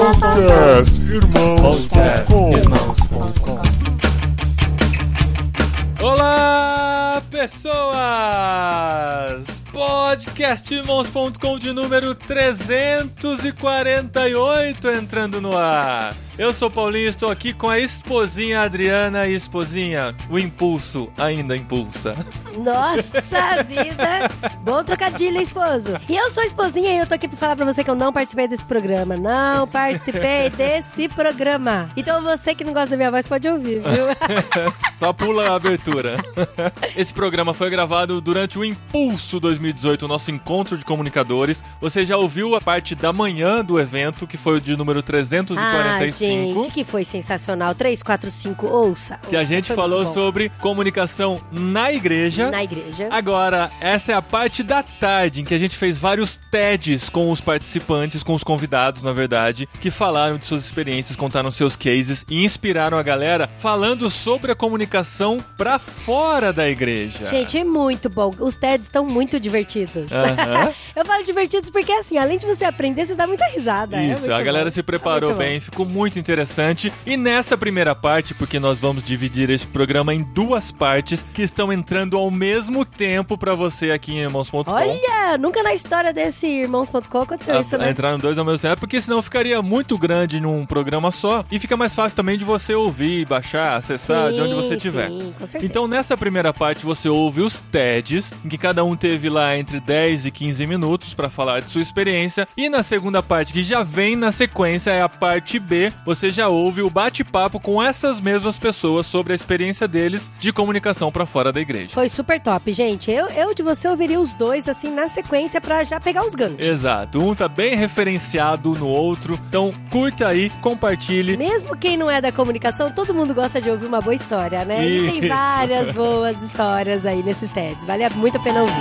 Podcastirmãos.com. Olá, pessoas! Podcastirmãos.com de número 348 entrando no ar. Eu sou o Paulinho e estou aqui com a esposinha Adriana. E esposinha, o impulso ainda impulsa. Nossa vida! Bom trocadilho, esposo. E eu sou a esposinha e eu tô aqui pra falar pra você que eu não participei desse programa. Não participei desse programa. Então você que não gosta da minha voz pode ouvir, viu? Só pula a abertura. Esse programa foi gravado durante o Impulso 2018, o nosso encontro de comunicadores. Você já ouviu a parte da manhã do evento, que foi o de número 345. Gente, que foi sensacional. 345, ouça. Que a gente falou sobre comunicação na igreja. Na igreja. Agora, essa é a parte da tarde, em que a gente fez vários TEDs com os participantes, com os convidados, na verdade, que falaram de suas experiências, contaram seus cases e inspiraram a galera falando sobre a comunicação pra fora da igreja. Gente, é muito bom. Os TEDs estão muito divertidos. Eu falo divertidos porque, assim, além de você aprender, você dá muita risada. Isso, a galera se preparou bem, ficou muito interessante. E nessa primeira parte, porque nós vamos dividir esse programa em duas partes que estão entrando ao mesmo tempo pra você aqui em Irmãos.com. Olha, nunca na história desse Irmãos.com aconteceu isso, né? Entraram dois ao mesmo tempo, porque senão ficaria muito grande num programa só e fica mais fácil também de você ouvir, baixar, acessar de onde você estiver. Sim, com certeza. Então nessa primeira parte você ouve os TEDs, em que cada um teve lá entre 10 e 15 minutos pra falar de sua experiência, e na segunda parte, que já vem na sequência, é a parte B, você já ouve o bate-papo com essas mesmas pessoas sobre a experiência deles de comunicação pra fora da igreja. Foi super top, gente. Eu de você ouviria os dois, assim, na sequência pra já pegar os ganchos. Exato. Um tá bem referenciado no outro. Então, curta aí, compartilhe. Mesmo quem não é da comunicação, todo mundo gosta de ouvir uma boa história, né? E tem várias boas histórias aí nesses TEDs. Vale muito a pena ouvir.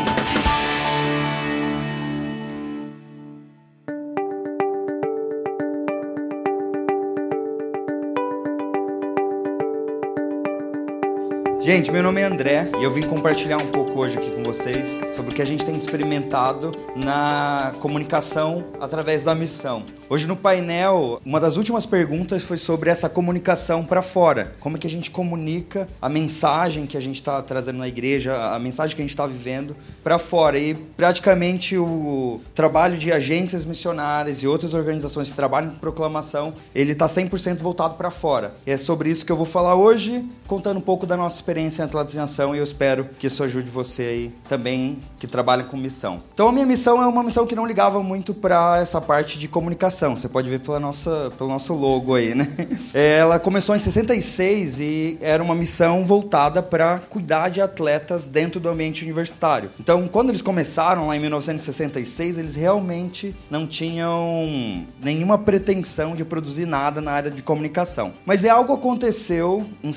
Gente, meu nome é André e eu vim compartilhar um pouco hoje aqui com vocês sobre o que a gente tem experimentado na comunicação através da missão. Hoje no painel, uma das últimas perguntas foi sobre essa comunicação para fora. Como é que a gente comunica a mensagem que a gente está trazendo na igreja, a mensagem que a gente está vivendo para fora. E praticamente o trabalho de agências missionárias e outras organizações que trabalham com proclamação, ele está 100% voltado para fora. E é sobre isso que eu vou falar hoje, contando um pouco da nossa experiência em Atletas em Ação, e eu espero que isso ajude você aí também que trabalha com missão. Então a minha missão é uma missão que não ligava muito para essa parte de comunicação. Você pode ver pelo nosso logo aí, né? Ela começou em 66 e era uma missão voltada para cuidar de atletas dentro do ambiente universitário. Então, quando eles começaram lá em 1966, eles realmente não tinham nenhuma pretensão de produzir nada na área de comunicação. Mas algo aconteceu em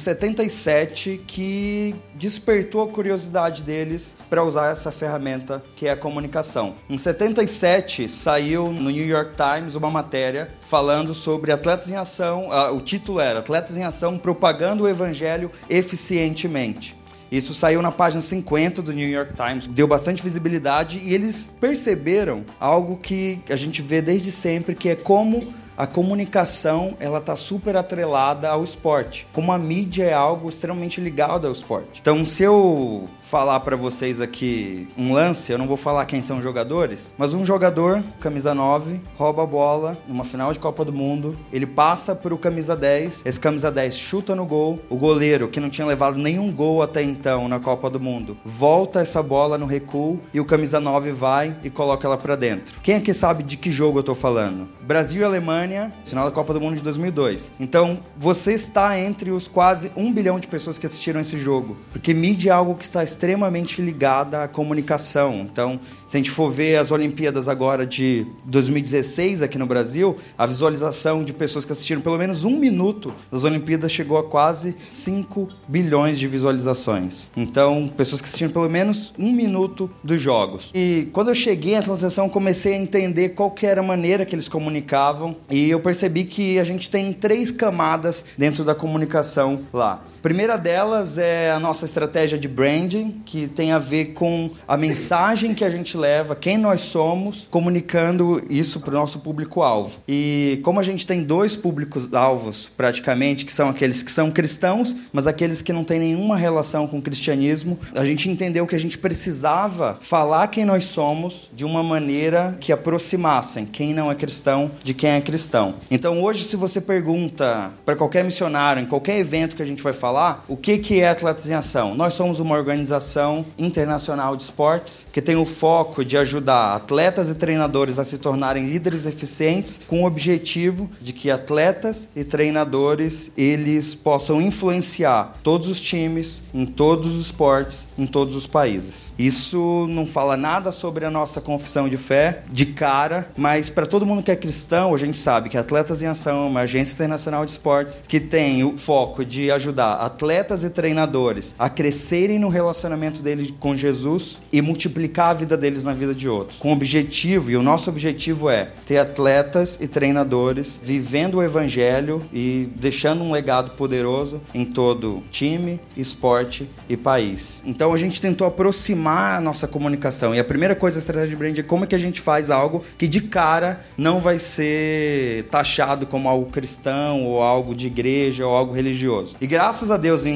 77 que despertou a curiosidade deles para usar essa ferramenta que é a comunicação. Em 77 saiu no New York Times uma matéria falando sobre Atletas em Ação. O título era Atletas em Ação propagando o evangelho eficientemente. Isso saiu na página 50 do New York Times, deu bastante visibilidade e eles perceberam algo que a gente vê desde sempre, que é como a comunicação, ela tá super atrelada ao esporte. Como a mídia é algo extremamente ligado ao esporte. Então, se eu falar para vocês aqui um lance, eu não vou falar quem são os jogadores, mas um jogador, camisa 9, rouba a bola numa final de Copa do Mundo, ele passa pro camisa 10, esse camisa 10 chuta no gol, o goleiro, que não tinha levado nenhum gol até então na Copa do Mundo, volta essa bola no recuo e o camisa 9 vai e coloca ela para dentro. Quem aqui sabe de que jogo eu tô falando? Brasil e Alemanha, final da Copa do Mundo de 2002. Então, você está entre os quase 1 bilhão de pessoas que assistiram esse jogo. Porque mídia é algo que está extremamente ligada à comunicação. Então, se a gente for ver as Olimpíadas agora de 2016 aqui no Brasil, a visualização de pessoas que assistiram pelo menos 1 minuto das Olimpíadas chegou a quase 5 bilhões de visualizações. Então, pessoas que assistiram pelo menos 1 minuto dos jogos. E quando eu cheguei à transição, comecei a entender qual que era a maneira que eles comunicavam. e eu percebi que a gente tem 3 camadas dentro da comunicação lá. A primeira delas é a nossa estratégia de branding, que tem a ver com a mensagem que a gente leva, quem nós somos, comunicando isso para o nosso público-alvo. E como a gente tem 2 públicos-alvos, praticamente, que são aqueles que são cristãos, mas aqueles que não têm nenhuma relação com o cristianismo, a gente entendeu que a gente precisava falar quem nós somos de uma maneira que aproximassem quem não é cristão de quem é cristão. Então hoje, se você pergunta para qualquer missionário, em qualquer evento que a gente vai falar, o que é Atletas em Ação? Nós somos uma organização internacional de esportes que tem o foco de ajudar atletas e treinadores a se tornarem líderes eficientes, com o objetivo de que atletas e treinadores eles possam influenciar todos os times, em todos os esportes, em todos os países. Isso não fala nada sobre a nossa confissão de fé, de cara, mas para todo mundo que é cristão, a gente sabe que Atletas em Ação é uma agência internacional de esportes que tem o foco de ajudar atletas e treinadores a crescerem no relacionamento deles com Jesus e multiplicar a vida deles na vida de outros. Com o objetivo, e o nosso objetivo é ter atletas e treinadores vivendo o evangelho e deixando um legado poderoso em todo time, esporte e país. Então a gente tentou aproximar a nossa comunicação. E a primeira coisa da estratégia de brand é como é que a gente faz algo que de cara não vai ser taxado como algo cristão ou algo de igreja ou algo religioso. E graças a Deus, em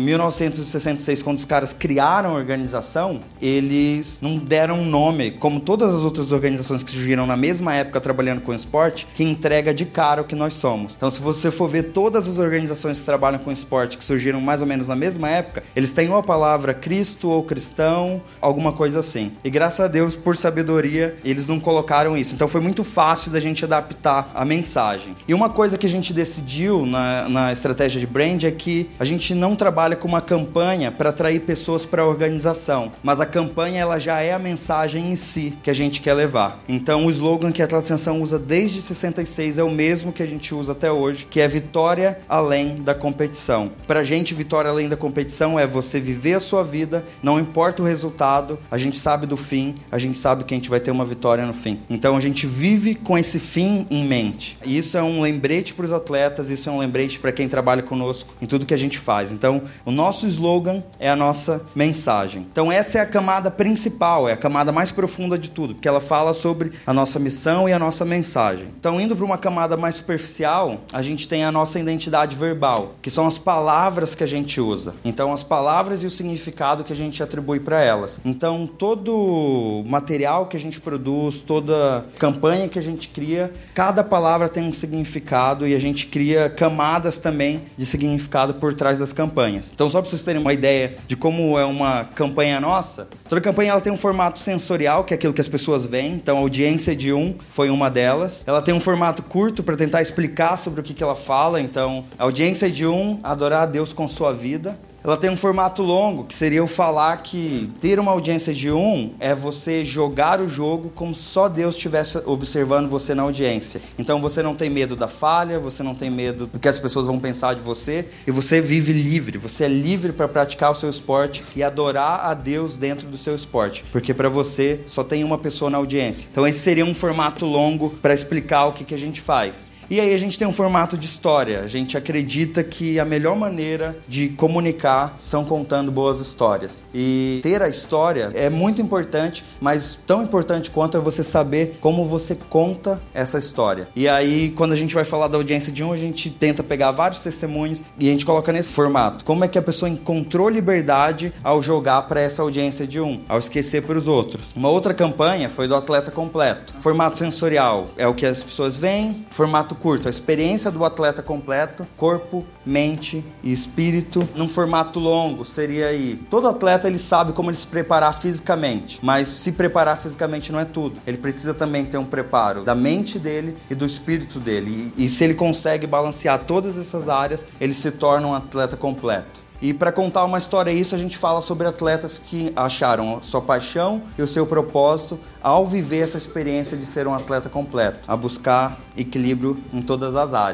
1966, quando os caras criaram a organização, eles não deram um nome, como todas as outras organizações que surgiram na mesma época trabalhando com esporte, que entrega de cara o que nós somos. Então, se você for ver todas as organizações que trabalham com esporte, que surgiram mais ou menos na mesma época, eles têm ou a palavra Cristo ou cristão, alguma coisa assim. E graças a Deus, por sabedoria, eles não colocaram isso. Então, foi muito fácil da gente adaptar a mensagem. E uma coisa que a gente decidiu na estratégia de brand é que a gente não trabalha com uma campanha para atrair pessoas para a organização, mas a campanha ela já é a mensagem em si que a gente quer levar. Então, o slogan que a Atletas em Ação usa desde 66 é o mesmo que a gente usa até hoje, que é vitória além da competição. Pra gente, vitória além da competição é você viver a sua vida, não importa o resultado, a gente sabe do fim, a gente sabe que a gente vai ter uma vitória no fim. Então, a gente vive com esse fim em mente. E isso é um lembrete para os atletas, isso é um lembrete para quem trabalha conosco em tudo que a gente faz. Então, o nosso slogan é a nossa mensagem. Então, essa é a camada principal, é a camada mais profunda de tudo, porque ela fala sobre a nossa missão e a nossa mensagem. Então, indo para uma camada mais superficial, a gente tem a nossa identidade verbal, que são as palavras que a gente usa. Então, as palavras e o significado que a gente atribui para elas. Então, todo material que a gente produz, toda campanha que a gente cria, cada palavra tem um significado e a gente cria camadas também de significado por trás das campanhas. Então, só para vocês terem uma ideia de como é uma campanha nossa, toda campanha ela tem um formato sensorial, que é aquilo que as pessoas veem. Então, a audiência de 1 foi uma delas. Ela tem um formato curto para tentar explicar sobre o que ela fala. Então, a audiência de 1, adorar a Deus com sua vida. Ela tem um formato longo, que seria eu falar que ter uma audiência de 1 é você jogar o jogo como se só Deus estivesse observando você na audiência. Então você não tem medo da falha, você não tem medo do que as pessoas vão pensar de você, e você vive livre, você é livre para praticar o seu esporte e adorar a Deus dentro do seu esporte, porque para você só tem uma pessoa na audiência. Então esse seria um formato longo para explicar o que a gente faz. E aí a gente tem um formato de história. A gente acredita que a melhor maneira de comunicar são contando boas histórias. E ter a história é muito importante, mas tão importante quanto é você saber como você conta essa história. E aí, quando a gente vai falar da audiência de 1, a gente tenta pegar vários testemunhos e a gente coloca nesse formato. Como é que a pessoa encontrou liberdade ao jogar para essa audiência de 1, ao esquecer para os outros. Uma outra campanha foi do atleta completo. Formato sensorial é o que as pessoas veem. Formato curto, a experiência do atleta completo, corpo, mente e espírito. Num formato longo, seria aí, todo atleta ele sabe como ele se preparar fisicamente, mas se preparar fisicamente não é tudo. Ele precisa também ter um preparo da mente dele e do espírito dele. E se ele consegue balancear todas essas áreas, ele se torna um atleta completo. E para contar uma história isso, a gente fala sobre atletas que acharam a sua paixão e o seu propósito ao viver essa experiência de ser um atleta completo, a buscar equilíbrio em todas as áreas.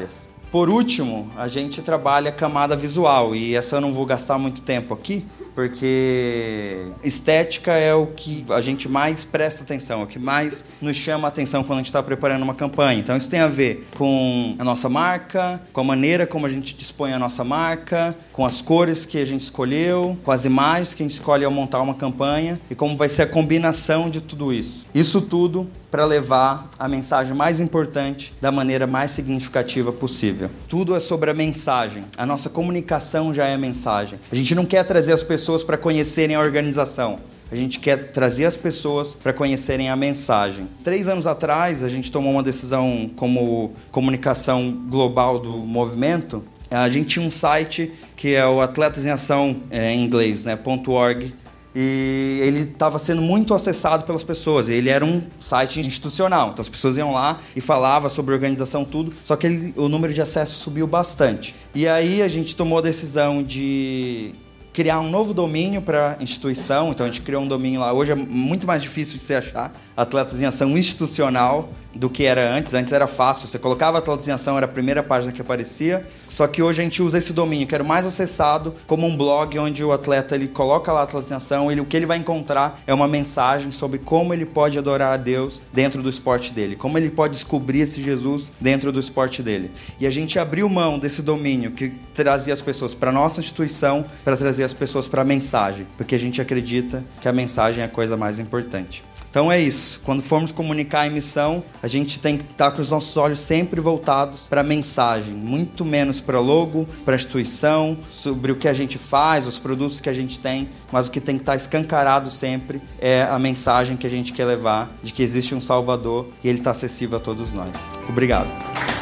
Por último, a gente trabalha a camada visual, e essa eu não vou gastar muito tempo aqui, porque estética é o que a gente mais presta atenção, é o que mais nos chama a atenção quando a gente está preparando uma campanha. Então isso tem a ver com a nossa marca, com a maneira como a gente dispõe a nossa marca, com as cores que a gente escolheu, com as imagens que a gente escolhe ao montar uma campanha e como vai ser a combinação de tudo isso. Isso tudo para levar a mensagem mais importante da maneira mais significativa possível. Tudo é sobre a mensagem. A nossa comunicação já é a mensagem. A gente não quer trazer as pessoas para conhecerem a organização. A gente quer trazer as pessoas para conhecerem a mensagem. 3 anos atrás, a gente tomou uma decisão como comunicação global do movimento. A gente tinha um site que é o Atletas em Ação, em inglês, né, .org. E ele estava sendo muito acessado pelas pessoas. Ele era um site institucional, então as pessoas iam lá e falavam sobre organização, tudo. Só que o número de acessos subiu bastante. E aí a gente tomou a decisão de criar um novo domínio para a instituição. Então a gente criou um domínio lá. Hoje é muito mais difícil de se achar Atletas em Ação institucional do que era antes. Antes era fácil, você colocava Atletas em Ação, era a primeira página que aparecia. Só que hoje a gente usa esse domínio, que era o mais acessado, como um blog onde o atleta ele coloca lá Atletas em Ação, o que ele vai encontrar é uma mensagem sobre como ele pode adorar a Deus dentro do esporte dele, como ele pode descobrir esse Jesus dentro do esporte dele. E a gente abriu mão desse domínio que trazia as pessoas para a nossa instituição, para trazer as pessoas para a mensagem, porque a gente acredita que a mensagem é a coisa mais importante. Então é isso, quando formos comunicar em missão, a gente tem que estar com os nossos olhos sempre voltados para a mensagem, muito menos para logo, para a instituição, sobre o que a gente faz, os produtos que a gente tem, mas o que tem que estar escancarado sempre é a mensagem que a gente quer levar, de que existe um Salvador e ele está acessível a todos nós. Obrigado.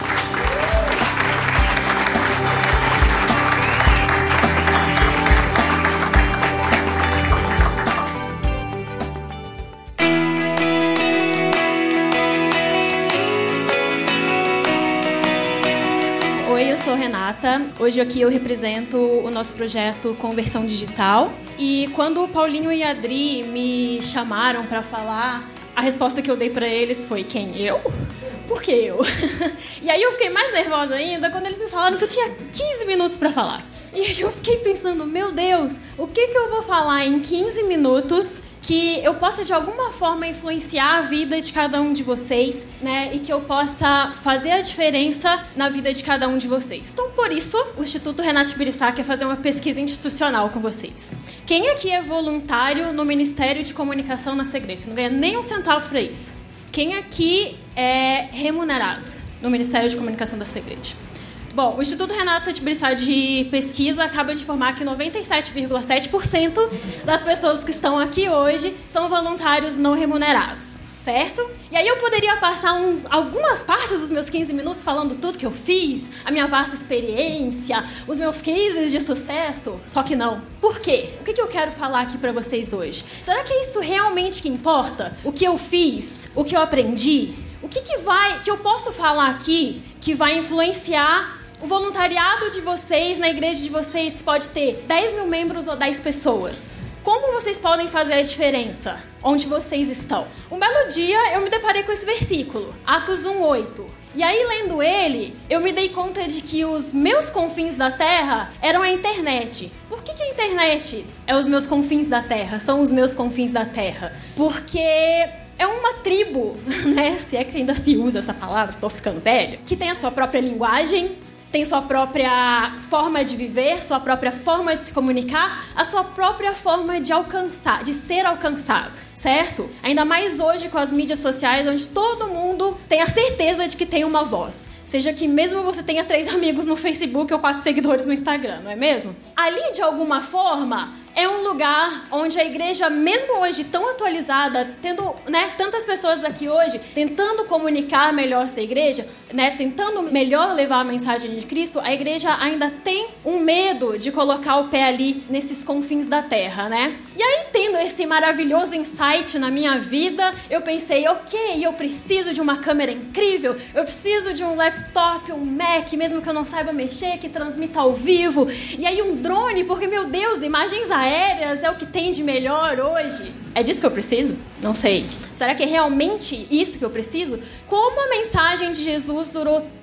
Hoje aqui eu represento o nosso projeto Conversão Digital. E quando o Paulinho e a Adri me chamaram para falar, a resposta que eu dei para eles foi: quem? Eu? Por que eu? E aí eu fiquei mais nervosa ainda quando eles me falaram que eu tinha 15 minutos para falar. E aí eu fiquei pensando, meu Deus, o que eu vou falar em 15 minutos que eu possa de alguma forma influenciar a vida de cada um de vocês, né? E que eu possa fazer a diferença na vida de cada um de vocês. Então, por isso, o Instituto Renato Tibiriçá quer fazer uma pesquisa institucional com vocês. Quem aqui é voluntário no Ministério de Comunicação nessa igreja? Você não ganha nem um centavo para isso. Quem aqui é remunerado no Ministério de Comunicação dessa igreja? Bom, o Instituto Renato Tibiriçá de Pesquisa acaba de informar que 97,7% das pessoas que estão aqui hoje são voluntários não remunerados, certo? E aí eu poderia passar algumas partes dos meus 15 minutos falando tudo que eu fiz, a minha vasta experiência, os meus cases de sucesso, só que não. Por quê? O que eu quero falar aqui pra vocês hoje? Será que é isso realmente que importa? O que eu fiz? O que eu aprendi? O que eu posso falar aqui que vai influenciar o voluntariado de vocês na igreja de vocês, que pode ter 10 mil membros ou 10 pessoas? Como vocês podem fazer a diferença onde vocês estão? Um belo dia eu me deparei com esse versículo, Atos 1:8. E aí, lendo ele, eu me dei conta de que os meus confins da terra eram a internet. Por que a internet é os meus confins da terra? São os meus confins da terra? Porque é uma tribo, né? Se é que ainda se usa essa palavra, tô ficando velho, que tem a sua própria linguagem, tem sua própria forma de viver, sua própria forma de se comunicar, a sua própria forma de alcançar, de ser alcançado, certo? Ainda mais hoje com as mídias sociais, onde todo mundo tem a certeza de que tem uma voz. Seja que mesmo você tenha 3 amigos no Facebook ou 4 seguidores no Instagram, não é mesmo? Ali, de alguma forma, é um lugar onde a igreja, mesmo hoje tão atualizada, tendo, né, tantas pessoas aqui hoje, tentando comunicar melhor essa igreja, né, tentando melhor levar a mensagem de Cristo, a igreja ainda tem um medo de colocar o pé ali nesses confins da terra, né? E aí, tendo esse maravilhoso insight na minha vida, eu pensei, ok, eu preciso de uma câmera incrível, eu preciso de um laptop, um Mac, mesmo que eu não saiba mexer, que transmita ao vivo, e aí um drone, porque, meu Deus, imagens aéreas é o que tem de melhor hoje. É disso que eu preciso? Não sei. Será que é realmente isso que eu preciso? Como a mensagem de Jesus durou tantos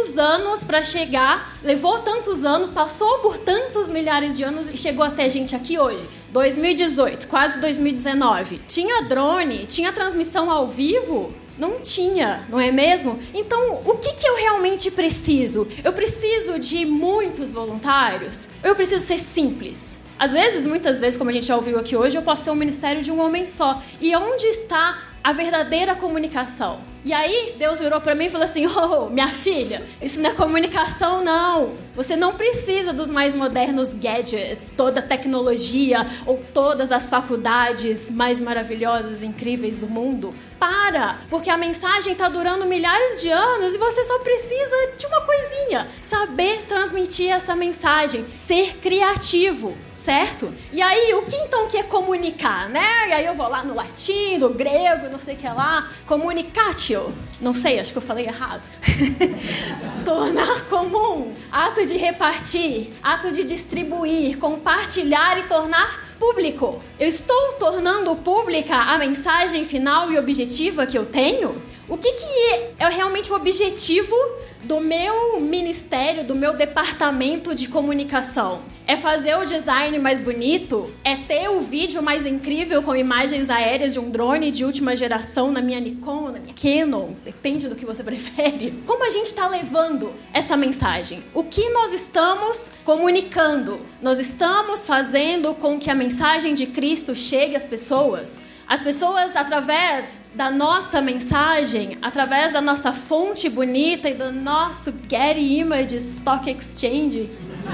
tantos anos para chegar, levou tantos anos, passou por tantos milhares de anos e chegou até a gente aqui hoje. 2018, quase 2019. Tinha drone? Tinha transmissão ao vivo? Não tinha, não é mesmo? Então, o que eu realmente preciso? Eu preciso de muitos voluntários? Eu preciso ser simples? Às vezes, muitas vezes, como a gente já ouviu aqui hoje, eu posso ser um ministério de um homem só. E onde está a verdadeira comunicação? E aí, Deus virou para mim e falou assim: oh, minha filha, isso não é comunicação, não. Você não precisa dos mais modernos gadgets, toda a tecnologia ou todas as faculdades mais maravilhosas e incríveis do mundo. Para, porque a mensagem está durando milhares de anos e você só precisa de uma coisinha: saber transmitir essa mensagem, ser criativo, certo? E aí, o que então que é comunicar, né? E aí eu vou lá no latim, no grego, não sei o que lá, comunicatio. Não sei, acho que eu falei errado. Tornar comum, ato de repartir, ato de distribuir, compartilhar e tornar público. Eu estou tornando pública a mensagem final e objetiva que eu tenho? O que é realmente o objetivo do meu ministério, do meu departamento de comunicação? É fazer o design mais bonito? É ter o vídeo mais incrível com imagens aéreas de um drone de última geração na minha Nikon, na minha Canon? Depende do que você prefere. Como a gente está levando essa mensagem? O que nós estamos comunicando? Nós estamos fazendo com que a mensagem de Cristo chegue às pessoas? As pessoas, através da nossa mensagem, através da nossa fonte bonita e do nosso Getty Images Stock Exchange,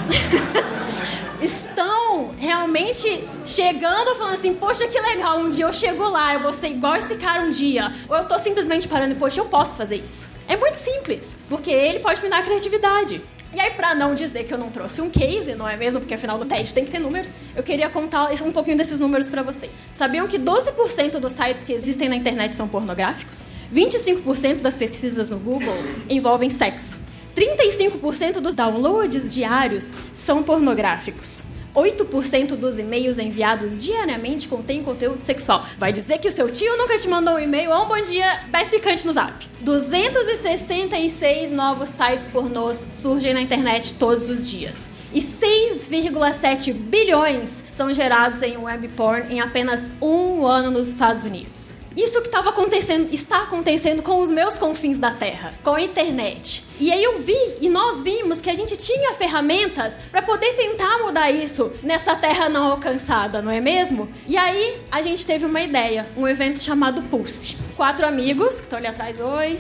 estão realmente chegando falando assim: poxa, que legal, um dia eu chego lá, eu vou ser igual esse cara um dia. Ou eu tô simplesmente parando e, poxa, eu posso fazer isso. É muito simples, porque ele pode me dar criatividade. E aí, pra não dizer que eu não trouxe um case, não é mesmo? Porque afinal no TED tem que ter números. Eu queria contar um pouquinho desses números pra vocês. Sabiam que 12% dos sites que existem na internet são pornográficos? 25% das pesquisas no Google envolvem sexo. 35% dos downloads diários são pornográficos. 8% dos e-mails enviados diariamente contêm conteúdo sexual. Vai dizer que o seu tio nunca te mandou um e-mail ou um bom dia mais picante no Zap. 266 novos sites pornôs surgem na internet todos os dias. E 6,7 bilhões são gerados em web porn em apenas um ano nos Estados Unidos. Isso que está acontecendo com os meus confins da Terra, com a internet. E aí nós vimos que a gente tinha ferramentas para poder tentar mudar isso nessa terra não alcançada, não é mesmo? E aí a gente teve uma ideia, um evento chamado Pulse. 4 amigos, que estão ali atrás, oi.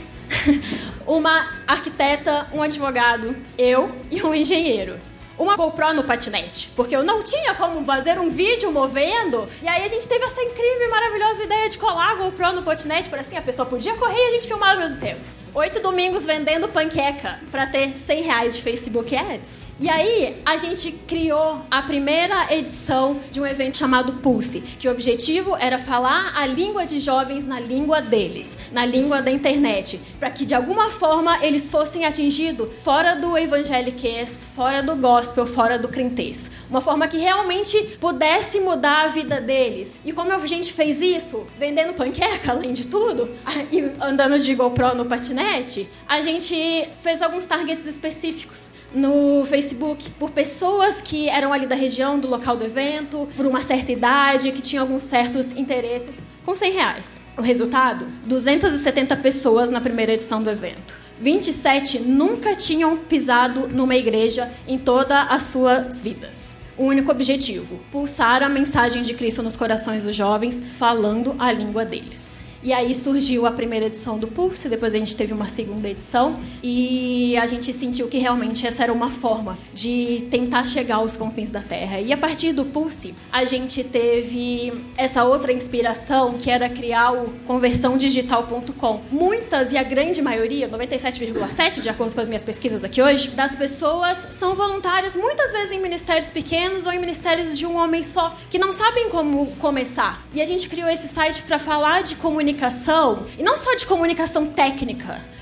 Uma arquiteta, um advogado, eu e um engenheiro. Uma GoPro no patinete, porque eu não tinha como fazer um vídeo movendo. E aí a gente teve essa incrível e maravilhosa ideia de colar a GoPro no patinete, para assim a pessoa podia correr e a gente filmar ao mesmo tempo. 8 domingos vendendo panqueca para ter R$100 de Facebook Ads. E aí, a gente criou a primeira edição de um evento chamado Pulse, que o objetivo era falar a língua de jovens na língua deles, na língua da internet, para que de alguma forma eles fossem atingidos fora do evangeliquez, fora do gospel, fora do crentez. Uma forma que realmente pudesse mudar a vida deles. E como a gente fez isso? Vendendo panqueca, além de tudo, e andando de GoPro no patinete, a gente fez alguns targets específicos no Facebook por pessoas que eram ali da região, do local do evento, por uma certa idade, que tinham alguns certos interesses, com R$100. O resultado? 270 pessoas na primeira edição do evento. 27 nunca tinham pisado numa igreja em todas as suas vidas. O único objetivo: pulsar a mensagem de Cristo nos corações dos jovens, falando a língua deles. E aí surgiu a primeira edição do Pulse, depois a gente teve uma segunda edição e a gente sentiu que realmente essa era uma forma de tentar chegar aos confins da Terra. E a partir do Pulse, a gente teve essa outra inspiração, que era criar o conversãodigital.com. Muitas, e a grande maioria, 97,7%, de acordo com as minhas pesquisas aqui hoje, das pessoas são voluntárias, muitas vezes em ministérios pequenos ou em ministérios de um homem só, que não sabem como começar. E a gente criou esse site para falar de comunicação, e não só de comunicação técnica,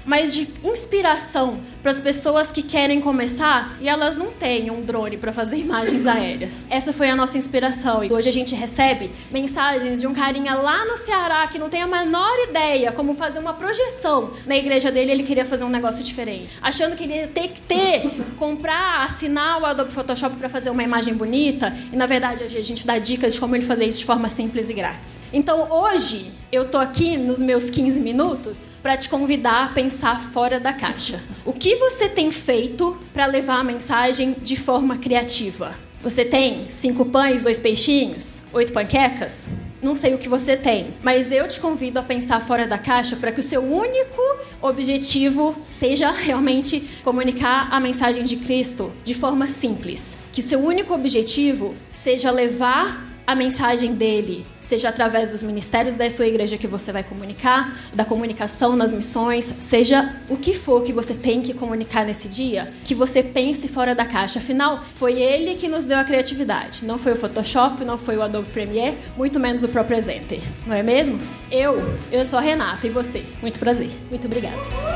mas de inspiração para as pessoas que querem começar e elas não têm um drone para fazer imagens aéreas. Essa foi a nossa inspiração. E hoje a gente recebe mensagens de um carinha lá no Ceará que não tem a menor ideia como fazer uma projeção. Na igreja dele, ele queria fazer um negócio diferente. Achando que ele ia ter que comprar, assinar o Adobe Photoshop para fazer uma imagem bonita. E, na verdade, a gente dá dicas de como ele fazer isso de forma simples e grátis. Então, hoje, eu tô aqui nos meus 15 minutos para te convidar a pensar fora da caixa. O que você tem feito para levar a mensagem de forma criativa? Você tem 5 pães, 2 peixinhos, 8 panquecas? Não sei o que você tem, mas eu te convido a pensar fora da caixa para que o seu único objetivo seja realmente comunicar a mensagem de Cristo de forma simples. Que o seu único objetivo seja levar a mensagem dele, seja através dos ministérios da sua igreja que você vai comunicar, da comunicação nas missões, seja o que for que você tem que comunicar nesse dia, que você pense fora da caixa. Afinal, foi ele que nos deu a criatividade. Não foi o Photoshop, não foi o Adobe Premiere, muito menos o ProPresenter. Não é mesmo? Eu sou a Renata e você. Muito prazer. Muito obrigada.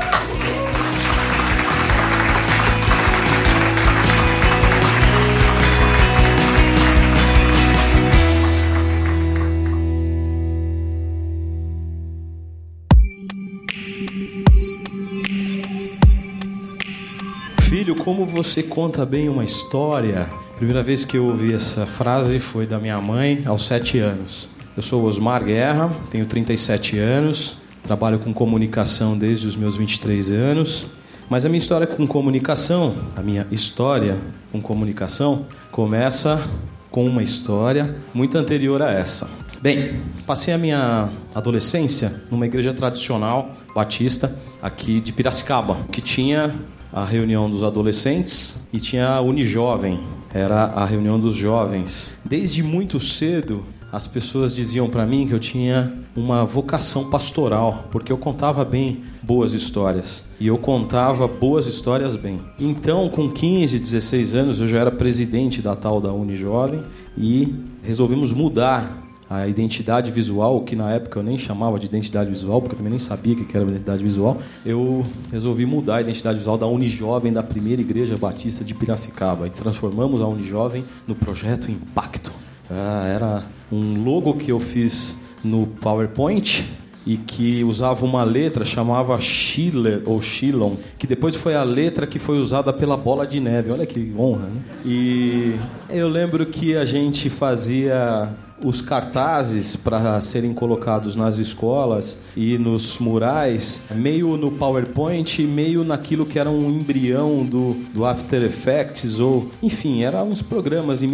Filho, como você conta bem uma história. A primeira vez que eu ouvi essa frase foi da minha mãe, aos 7 anos. Eu sou Osmar Guerra, tenho 37 anos, trabalho com comunicação desde os meus 23 anos. Mas a minha história com comunicação, começa com uma história muito anterior a essa. Bem, passei a minha adolescência numa igreja tradicional batista aqui de Piracicaba, que tinha a reunião dos adolescentes e tinha a Unijovem, era a reunião dos jovens. Desde muito cedo, as pessoas diziam para mim que eu tinha uma vocação pastoral, porque eu contava bem boas histórias. E eu contava boas histórias bem. Então, com 15, 16 anos, eu já era presidente da tal da Unijovem e resolvimos mudar a identidade visual, que na época eu nem chamava de identidade visual, porque eu também nem sabia o que era identidade visual. Eu resolvi mudar a identidade visual da Unijovem, da primeira igreja batista de Piracicaba, e transformamos a Unijovem no projeto Impacto. Era um logo que eu fiz no PowerPoint e que usava uma letra, chamava Schiller ou Schillon, que depois foi a letra que foi usada pela Bola de Neve. Olha que honra, né? E eu lembro que a gente fazia os cartazes para serem colocados nas escolas e nos murais, meio no PowerPoint, meio naquilo que era um embrião do After Effects, ou enfim, eram uns programas em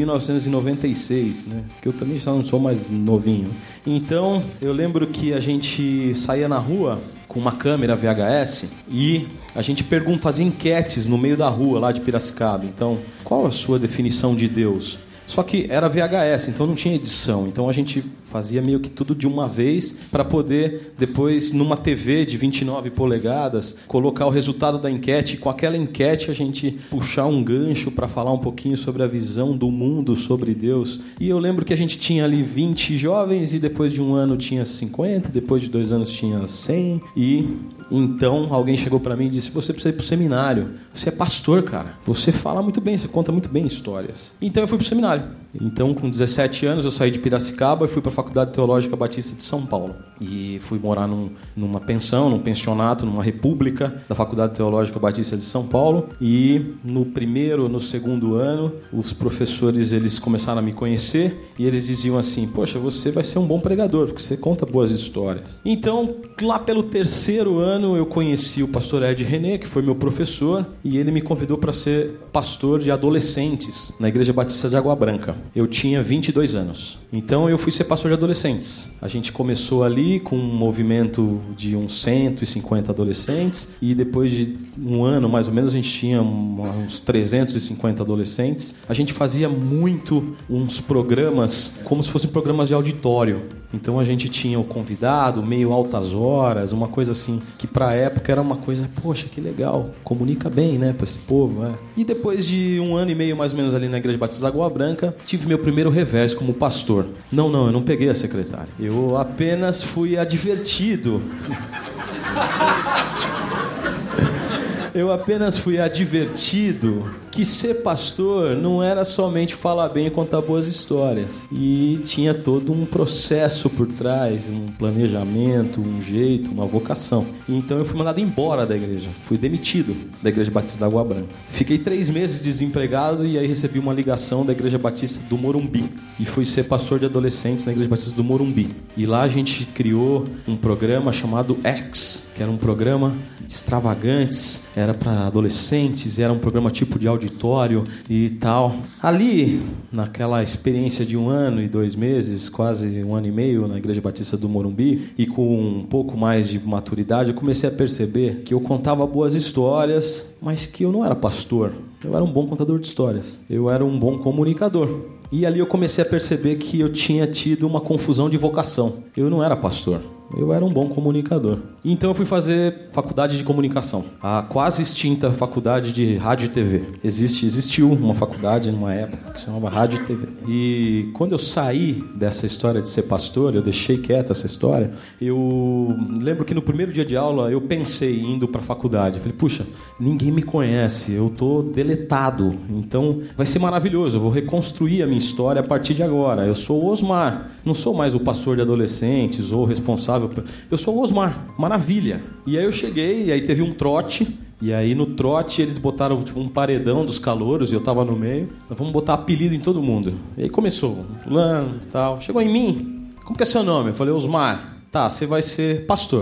1996, né? Que eu também já não sou mais novinho. Então, eu lembro que a gente saía na rua com uma câmera VHS e a gente fazia enquetes no meio da rua lá de Piracicaba. Então, qual a sua definição de Deus? Só que era VHS, então não tinha edição. Então a gente fazia meio que tudo de uma vez para poder, depois, numa TV de 29 polegadas, colocar o resultado da enquete. E com aquela enquete a gente puxar um gancho para falar um pouquinho sobre a visão do mundo sobre Deus. E eu lembro que a gente tinha ali 20 jovens e depois de um ano tinha 50, depois de 2 anos tinha 100. E então alguém chegou para mim e disse: você precisa ir pro seminário. Você é pastor, cara. Você fala muito bem, você conta muito bem histórias. Então eu fui pro seminário. Então, com 17 anos, eu saí de Piracicaba e fui para a Faculdade Teológica Batista de São Paulo. E fui morar numa pensão, num pensionato, numa república da Faculdade Teológica Batista de São Paulo. E no segundo ano, os professores eles começaram a me conhecer e eles diziam assim: poxa, você vai ser um bom pregador, porque você conta boas histórias. Então, lá pelo 3º ano, eu conheci o pastor Ed René, que foi meu professor, e ele me convidou para ser pastor de adolescentes na Igreja Batista de Água Branca. Eu tinha 22 anos. Então eu fui ser pastor de adolescentes. A gente começou ali com um movimento de uns 150 adolescentes e depois de um ano, mais ou menos, a gente tinha uns 350 adolescentes. A gente fazia muito uns programas como se fossem programas de auditório. Então a gente tinha o convidado, meio altas horas, uma coisa assim, que pra época era uma coisa, poxa, que legal, comunica bem, né, pra esse povo, é. E depois de um ano e meio, mais ou menos, ali na Igreja Batista da Água Branca, tive meu primeiro revés como pastor. Não, eu não peguei a secretária. Eu apenas fui advertido. Eu apenas fui advertido que ser pastor não era somente falar bem e contar boas histórias. E tinha todo um processo por trás, um planejamento, um jeito, uma vocação. Então eu fui mandado embora da igreja. Fui demitido da Igreja Batista da Água Branca. Fiquei 3 meses desempregado e aí recebi uma ligação da Igreja Batista do Morumbi. E fui ser pastor de adolescentes na Igreja Batista do Morumbi. E lá a gente criou um programa chamado X, que era um programa extravagantes, era para adolescentes, era um programa tipo de auditório e tal. Ali, naquela experiência de 1 ano e 2 meses, quase 1 ano e meio na Igreja Batista do Morumbi, e com um pouco mais de maturidade, eu comecei a perceber que eu contava boas histórias, mas que eu não era pastor. Eu era um bom contador de histórias. Eu era um bom comunicador. E ali eu comecei a perceber que eu tinha tido uma confusão de vocação. Eu não era pastor. Eu era um bom comunicador. Então eu fui fazer faculdade de comunicação. A quase extinta faculdade de rádio e TV. Existiu uma faculdade numa época que se chamava rádio e TV. E quando eu saí dessa história de ser pastor, eu deixei quieta essa história, eu lembro que no primeiro dia de aula eu pensei indo para a faculdade. Eu falei, puxa, ninguém me conhece, eu tô deletado. Então vai ser maravilhoso, eu vou reconstruir a minha história a partir de agora. Eu sou o Osmar, não sou mais o pastor de adolescentes ou responsável. Eu sou o Osmar, maravilha. E aí eu cheguei, e aí teve um trote, e aí no trote eles botaram tipo, um paredão dos calouros, e eu tava no meio. Nós vamos botar apelido em todo mundo. E aí começou, fulano e tal. Chegou em mim, como que é seu nome? Eu falei, Osmar. Tá, você vai ser pastor.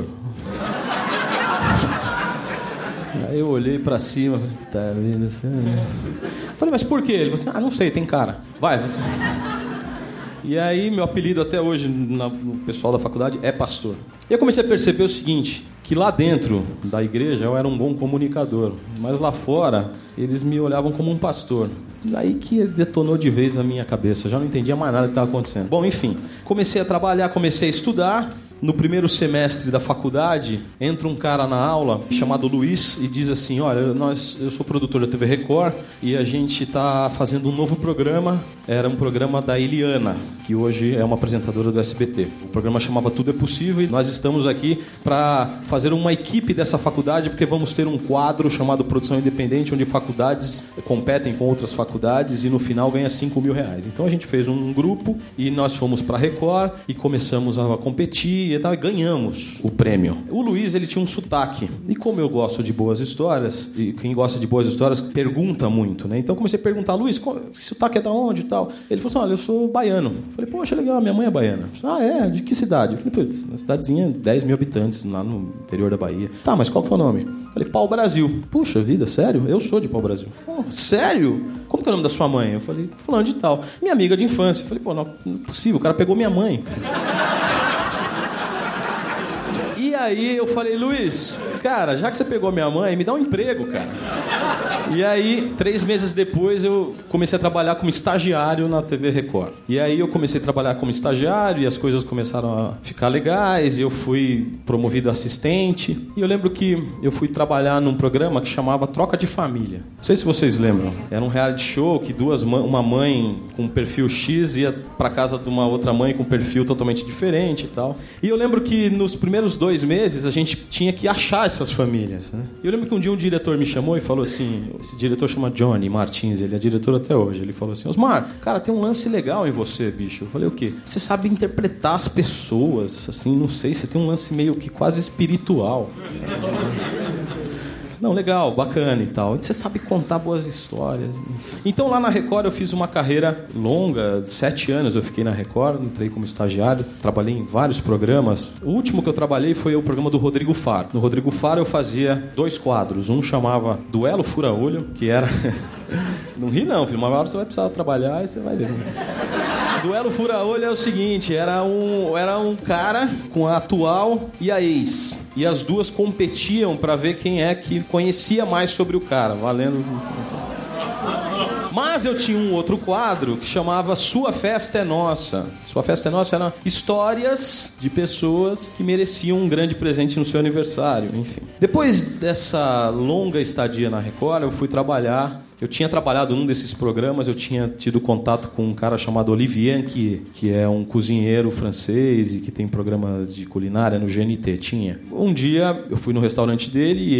Aí eu olhei pra cima, tá vendo assim? Falei, mas por quê? Ele falou assim, não sei, tem cara. Vai, você... E aí, meu apelido até hoje no pessoal da faculdade é pastor. E eu comecei a perceber o seguinte, que lá dentro da igreja eu era um bom comunicador, mas lá fora eles me olhavam como um pastor. Daí que detonou de vez na minha cabeça, eu já não entendia mais nada que estava acontecendo. Bom, enfim, comecei a trabalhar, comecei a estudar. No primeiro semestre da faculdade, entra um cara na aula chamado Luiz e diz assim, olha, eu sou produtor da TV Record e a gente está fazendo um novo programa. Era um programa da Eliana, que hoje é uma apresentadora do SBT. O programa chamava Tudo é Possível e nós estamos aqui para fazer uma equipe dessa faculdade porque vamos ter um quadro chamado Produção Independente, onde faculdades competem com outras faculdades e no final ganha R$5.000. Então a gente fez um grupo e nós fomos para a Record e começamos a competir e ganhamos o prêmio. O Luiz, ele tinha um sotaque. E como eu gosto de boas histórias, e quem gosta de boas histórias pergunta muito, né? Então eu comecei a perguntar, Luiz, esse sotaque é da onde e tal? Ele falou assim, olha, eu sou baiano. Eu falei, poxa, legal, minha mãe é baiana. Falei, de que cidade? Eu falei, putz, uma cidadezinha, 10 mil habitantes, lá no interior da Bahia. Tá, mas qual que é o nome? Eu falei, Pau Brasil. Puxa vida, sério? Eu sou de Pau Brasil. Sério? Como que é o nome da sua mãe? Eu falei, fulano de tal. Minha amiga de infância. Eu falei, pô, não é possível, o cara pegou minha mãe. E aí eu falei, Luiz, cara, já que você pegou minha mãe, me dá um emprego, cara. E aí, 3 meses depois, eu comecei a trabalhar como estagiário na TV Record. E aí eu comecei a trabalhar como estagiário e as coisas começaram a ficar legais. E eu fui promovido a assistente. E eu lembro que eu fui trabalhar num programa que chamava Troca de Família. Não sei se vocês lembram. Era um reality show que uma mãe com perfil X ia pra casa de uma outra mãe com perfil totalmente diferente e tal. E eu lembro que nos primeiros 2 meses a gente tinha que achar essas famílias, né? Eu lembro que um dia um diretor me chamou e falou assim, esse diretor chama Johnny Martins, ele é diretor até hoje, ele falou assim, Osmar, cara, tem um lance legal em você, bicho. Eu falei, o quê? Você sabe interpretar as pessoas, assim, não sei, você tem um lance meio que quase espiritual. Não, legal, bacana e tal. Você sabe contar boas histórias. Então lá na Record eu fiz uma carreira longa, 7 anos eu fiquei na Record, entrei como estagiário, trabalhei em vários programas. O último que eu trabalhei foi o programa do Rodrigo Faro. No Rodrigo Faro eu fazia 2 quadros. Um chamava Duelo Fura-Olho, que era... Não ri não, filho. Uma hora você vai precisar trabalhar e você vai ver. Duelo Fura-Olho é o seguinte, era um cara com a atual e a ex. E as duas competiam para ver quem é que conhecia mais sobre o cara, valendo... Mas eu tinha um outro quadro que chamava Sua Festa é Nossa. Sua Festa é Nossa eram histórias de pessoas que mereciam um grande presente no seu aniversário, enfim. Depois dessa longa estadia na Record, eu fui trabalhar. Eu tinha trabalhado num desses programas, eu tinha tido contato com um cara chamado Olivier, que é um cozinheiro francês e que tem programas de culinária no GNT, tinha. Um dia eu fui no restaurante dele e ele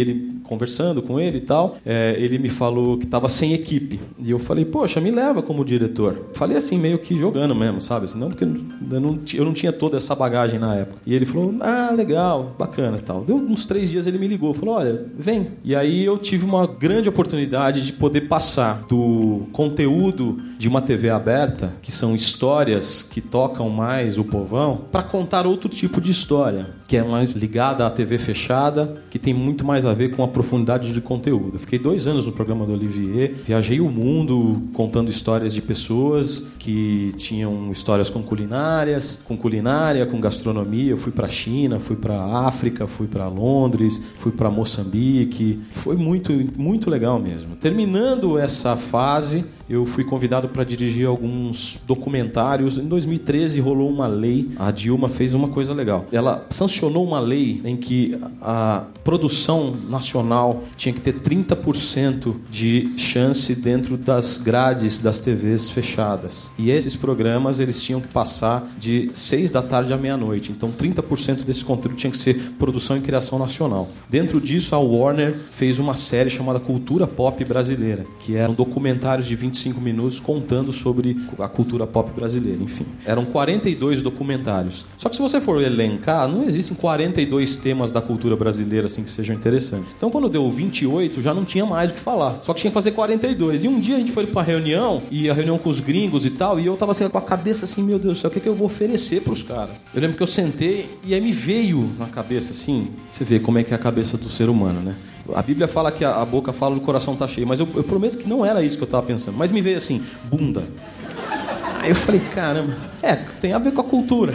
conversando com ele e tal, ele me falou que estava sem equipe. E eu falei, poxa, me leva como diretor. Falei assim, meio que jogando mesmo, sabe? Assim, não, porque eu não tinha toda essa bagagem na época. E ele falou, legal, bacana e tal. Deu uns 3 dias, ele me ligou, falou, olha, vem. E aí eu tive uma grande oportunidade de poder passar do conteúdo de uma TV aberta, que são histórias que tocam mais o povão, para contar outro tipo de história, que é mais ligada à TV fechada, que tem muito mais a ver com a profundidade de conteúdo. Eu fiquei 2 anos no programa do Olivier, viajei o mundo contando histórias de pessoas que tinham histórias com culinária, com gastronomia. Eu fui para a China, fui para a África, fui para Londres, fui para Moçambique. Foi muito, muito legal mesmo. Terminando essa fase, eu fui convidado para dirigir alguns documentários. Em 2013 rolou uma lei, a Dilma fez uma coisa legal. Ela sancionou uma lei em que a produção nacional tinha que ter 30% de chance dentro das grades das TVs fechadas. E esses programas eles tinham que passar de 6 da tarde à meia-noite. Então 30% desse conteúdo tinha que ser produção e criação nacional. Dentro disso, a Warner fez uma série chamada Cultura Pop Brasileira, que eram documentários de 25 minutos contando sobre a cultura pop brasileira. Enfim, eram 42 documentários. Só que se você for elencar, não existem 42 temas da cultura brasileira assim que sejam interessantes. Então quando deu 28, já não tinha mais o que falar. Só que tinha que fazer 42. E um dia a gente foi pra reunião, e a reunião com os gringos e tal, e eu tava assim, com a cabeça assim, meu Deus do céu, o que eu vou oferecer pros caras? Eu lembro que eu sentei e aí me veio na cabeça assim, você vê como é que é a cabeça do ser humano, né? A Bíblia fala que a boca fala e o coração tá cheio, mas eu prometo que não era isso que eu tava pensando. Mas me veio assim, bunda. Aí eu falei, caramba, tem a ver com a cultura.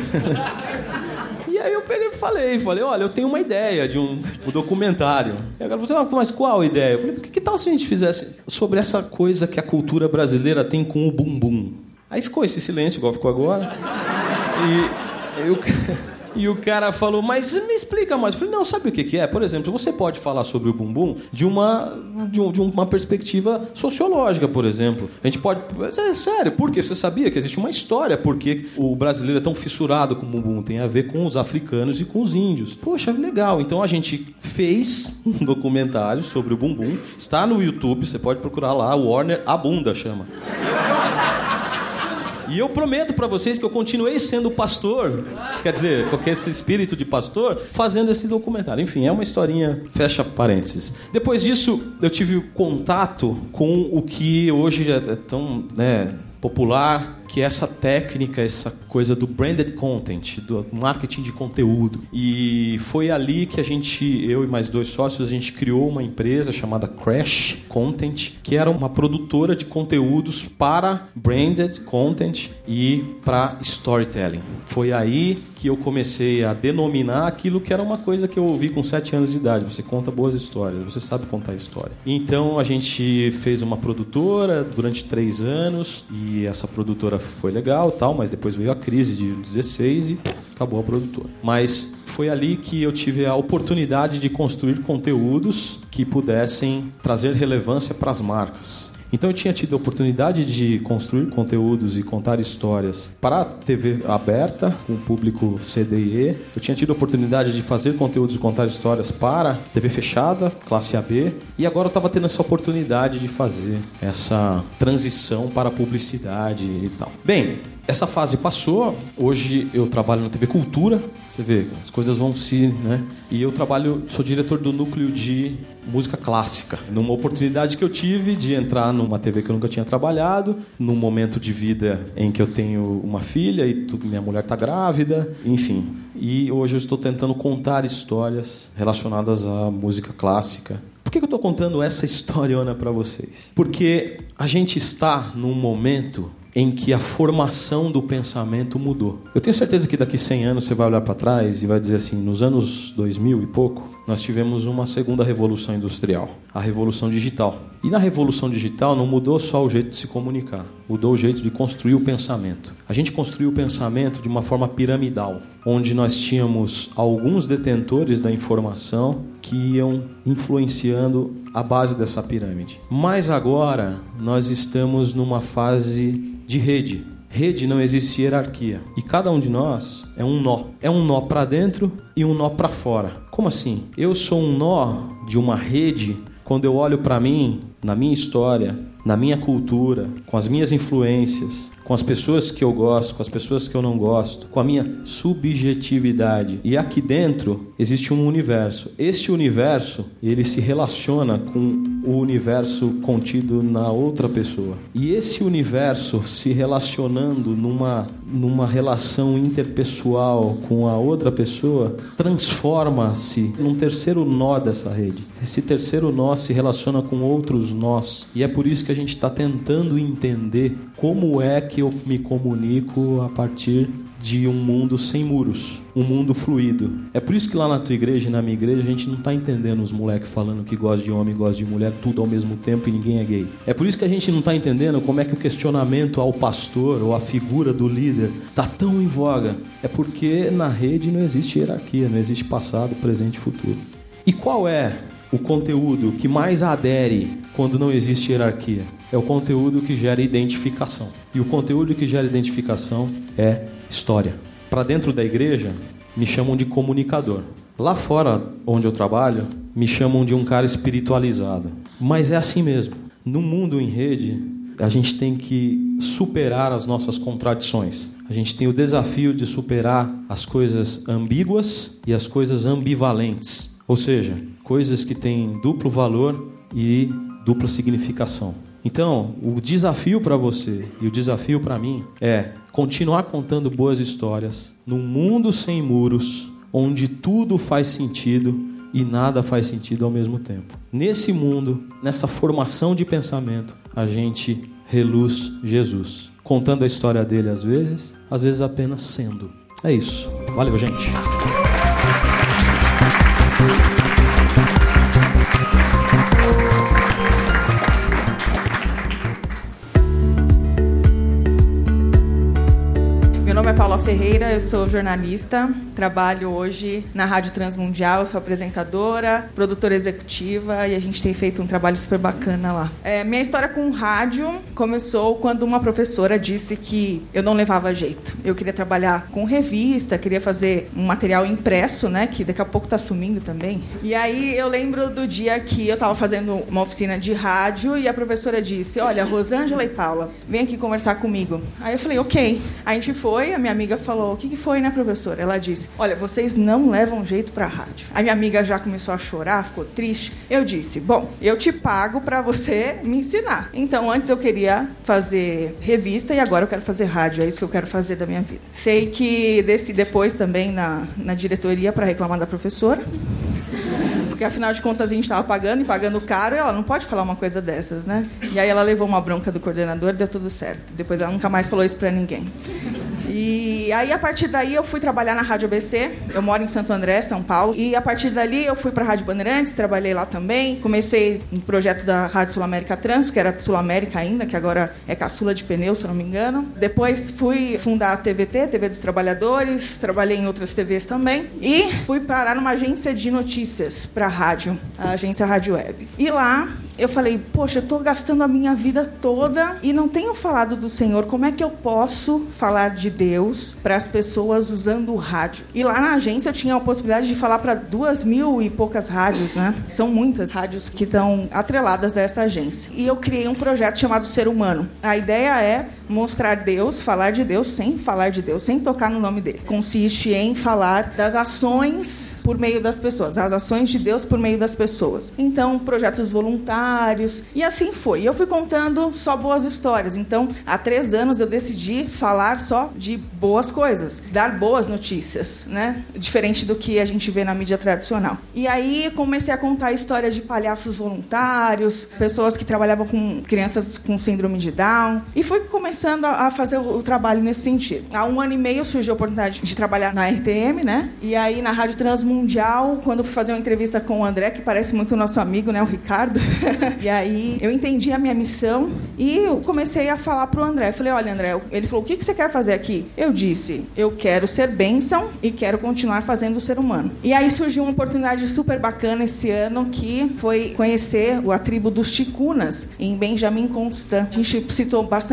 E aí eu peguei e falei, olha, eu tenho uma ideia de um documentário. E agora você fala, mas qual ideia? Eu falei, que tal se a gente fizesse sobre essa coisa que a cultura brasileira tem com o bumbum? Aí ficou esse silêncio, igual ficou agora. E o cara falou, mas me explica mais. Eu falei, não, sabe o que é? Por exemplo, você pode falar sobre o bumbum de uma perspectiva sociológica, por exemplo. A gente pode... É sério, por quê? Você sabia que existe uma história porque o brasileiro é tão fissurado com o bumbum? Tem a ver com os africanos e com os índios. Poxa, legal. Então a gente fez um documentário sobre o bumbum. Está no YouTube, você pode procurar lá, Warner, A Bunda chama. E eu prometo pra vocês que eu continuei sendo pastor, quer dizer, com esse espírito de pastor, fazendo esse documentário. Enfim, é uma historinha, fecha parênteses. Depois disso, eu tive contato com o que hoje é tão, popular, que é essa técnica, essa coisa do branded content, do marketing de conteúdo. E foi ali que eu e mais 2 sócios, a gente criou uma empresa chamada Crash Content, que era uma produtora de conteúdos para branded content e para storytelling. Foi aí que eu comecei a denominar aquilo que era uma coisa que eu ouvi com 7 anos de idade. Você conta boas histórias, você sabe contar história. Então a gente fez uma produtora durante 3 anos e essa produtora foi legal, tal, mas depois veio a crise de 16 e acabou a produtora. Mas foi ali que eu tive a oportunidade de construir conteúdos que pudessem trazer relevância para as marcas. Então eu tinha tido a oportunidade de construir conteúdos e contar histórias para a TV aberta, com o público CDE. Eu tinha tido a oportunidade de fazer conteúdos e contar histórias para TV fechada, classe AB. E agora eu estava tendo essa oportunidade de fazer essa transição para a publicidade e tal. Bem, essa fase passou, hoje eu trabalho na TV Cultura, você vê, as coisas vão e eu sou diretor do núcleo de música clássica, numa oportunidade que eu tive de entrar numa TV que eu nunca tinha trabalhado, num momento de vida em que eu tenho uma filha e minha mulher está grávida, enfim. E hoje eu estou tentando contar histórias relacionadas à música clássica. Por que eu estou contando essa historiona para vocês? Porque a gente está num momento em que a formação do pensamento mudou. Eu tenho certeza que daqui 100 anos você vai olhar para trás e vai dizer assim, nos anos 2000 e pouco, nós tivemos uma segunda revolução industrial, a revolução digital. E na revolução digital não mudou só o jeito de se comunicar, mudou o jeito de construir o pensamento. A gente construiu o pensamento de uma forma piramidal, onde nós tínhamos alguns detentores da informação que iam influenciando a base dessa pirâmide. Mas agora nós estamos numa fase de rede. rede não existe hierarquia. E cada um de nós é um nó. É um nó para dentro e um nó para fora. Como assim? Eu sou um nó de uma rede quando eu olho para mim, na minha história, na minha cultura, com as minhas influências, com as pessoas que eu gosto, com as pessoas que eu não gosto, com a minha subjetividade. E aqui dentro existe um universo. Este universo, ele se relaciona com o universo contido na outra pessoa. E esse universo se relacionando numa relação interpessoal com a outra pessoa, transforma-se num terceiro nó dessa rede. Esse terceiro nó se relaciona com outros nós. E é por isso que a gente está tentando entender como é que eu me comunico a partir de um mundo sem muros, um mundo fluido. É por isso que lá na tua igreja e na minha igreja a gente não está entendendo os moleques falando que gosta de homem, gosta de mulher, tudo ao mesmo tempo e ninguém é gay. É por isso que a gente não está entendendo como é que o questionamento ao pastor ou à figura do líder está tão em voga. É porque na rede não existe hierarquia, não existe passado, presente e futuro. E qual é o conteúdo que mais adere quando não existe hierarquia? É o conteúdo que gera identificação. E o conteúdo que gera identificação é história. Para dentro da igreja, me chamam de comunicador. Lá fora, onde eu trabalho, me chamam de um cara espiritualizado. Mas é assim mesmo. No mundo em rede, a gente tem que superar as nossas contradições. A gente tem o desafio de superar as coisas ambíguas e as coisas ambivalentes. Ou seja, coisas que têm duplo valor e dupla significação. Então, o desafio para você e o desafio para mim é continuar contando boas histórias num mundo sem muros, onde tudo faz sentido e nada faz sentido ao mesmo tempo. Nesse mundo, nessa formação de pensamento, a gente reluz Jesus, contando a história dele às vezes apenas sendo. É isso. Valeu, gente. Meu nome é Paula Ferreira, eu sou jornalista, trabalho hoje na Rádio Transmundial, sou apresentadora, produtora executiva e a gente tem feito um trabalho super bacana lá. Minha história com rádio começou quando uma professora disse que eu não levava jeito. Eu queria trabalhar com revista, queria fazer um material impresso, né, que daqui a pouco está sumindo também. E aí eu lembro do dia que eu estava fazendo uma oficina de rádio e a professora disse, olha, Rosângela e Paula, vem aqui conversar comigo. Aí eu falei, ok. A gente foi. A minha amiga falou, o que foi, né, professora? Ela disse, olha, vocês não levam jeito para a rádio. A minha amiga já começou a chorar, ficou triste. Eu disse, bom, eu te pago para você me ensinar. Então, antes eu queria fazer revista e agora eu quero fazer rádio. É isso que eu quero fazer da minha vida. Sei que desci depois também na diretoria para reclamar da professora. Porque, afinal de contas, a gente estava pagando e pagando caro e ela não pode falar uma coisa dessas, né? E aí ela levou uma bronca do coordenador e deu tudo certo. Depois ela nunca mais falou isso para ninguém. E aí, a partir daí, eu fui trabalhar na Rádio ABC. Eu moro em Santo André, São Paulo. E, a partir dali, eu fui para a Rádio Bandeirantes, trabalhei lá também. Comecei um projeto da Rádio Sul América Trans, que era Sul América ainda, que agora é Caçula de Pneu, se eu não me engano. Depois, fui fundar a TVT, TV dos Trabalhadores. Trabalhei em outras TVs também. E fui parar numa agência de notícias para a rádio, a agência Rádio Web. E lá, eu falei, poxa, eu estou gastando a minha vida toda e não tenho falado do Senhor. Como é que eu posso falar de Deus para as pessoas usando o rádio? E lá na agência eu tinha a possibilidade de falar para 2.000 e poucas rádios, né? São muitas rádios que estão atreladas a essa agência. E eu criei um projeto chamado Ser Humano. A ideia é mostrar Deus, falar de Deus sem falar de Deus, sem tocar no nome dele. Consiste em falar das ações por meio das pessoas, as ações de Deus por meio das pessoas. Então, projetos voluntários, e assim foi. E eu fui contando só boas histórias. Então, há 3 anos eu decidi falar só de boas coisas, dar boas notícias, né? Diferente do que a gente vê na mídia tradicional. E aí comecei a contar a história de palhaços voluntários, pessoas que trabalhavam com crianças com síndrome de Down, e fui começando a fazer o trabalho nesse sentido. Há 1 ano e meio surgiu a oportunidade de trabalhar na RTM, né? E aí na Rádio Transmundial, quando eu fui fazer uma entrevista com o André, que parece muito o nosso amigo, né, o Ricardo, e aí eu entendi a minha missão e eu comecei a falar pro André. Eu falei, olha, André, ele falou, o que você quer fazer aqui? Eu disse, eu quero ser bênção e quero continuar fazendo o ser humano. E aí surgiu uma oportunidade super bacana esse ano, que foi conhecer a tribo dos Ticunas, em Benjamin Constant. A gente citou bastante a internet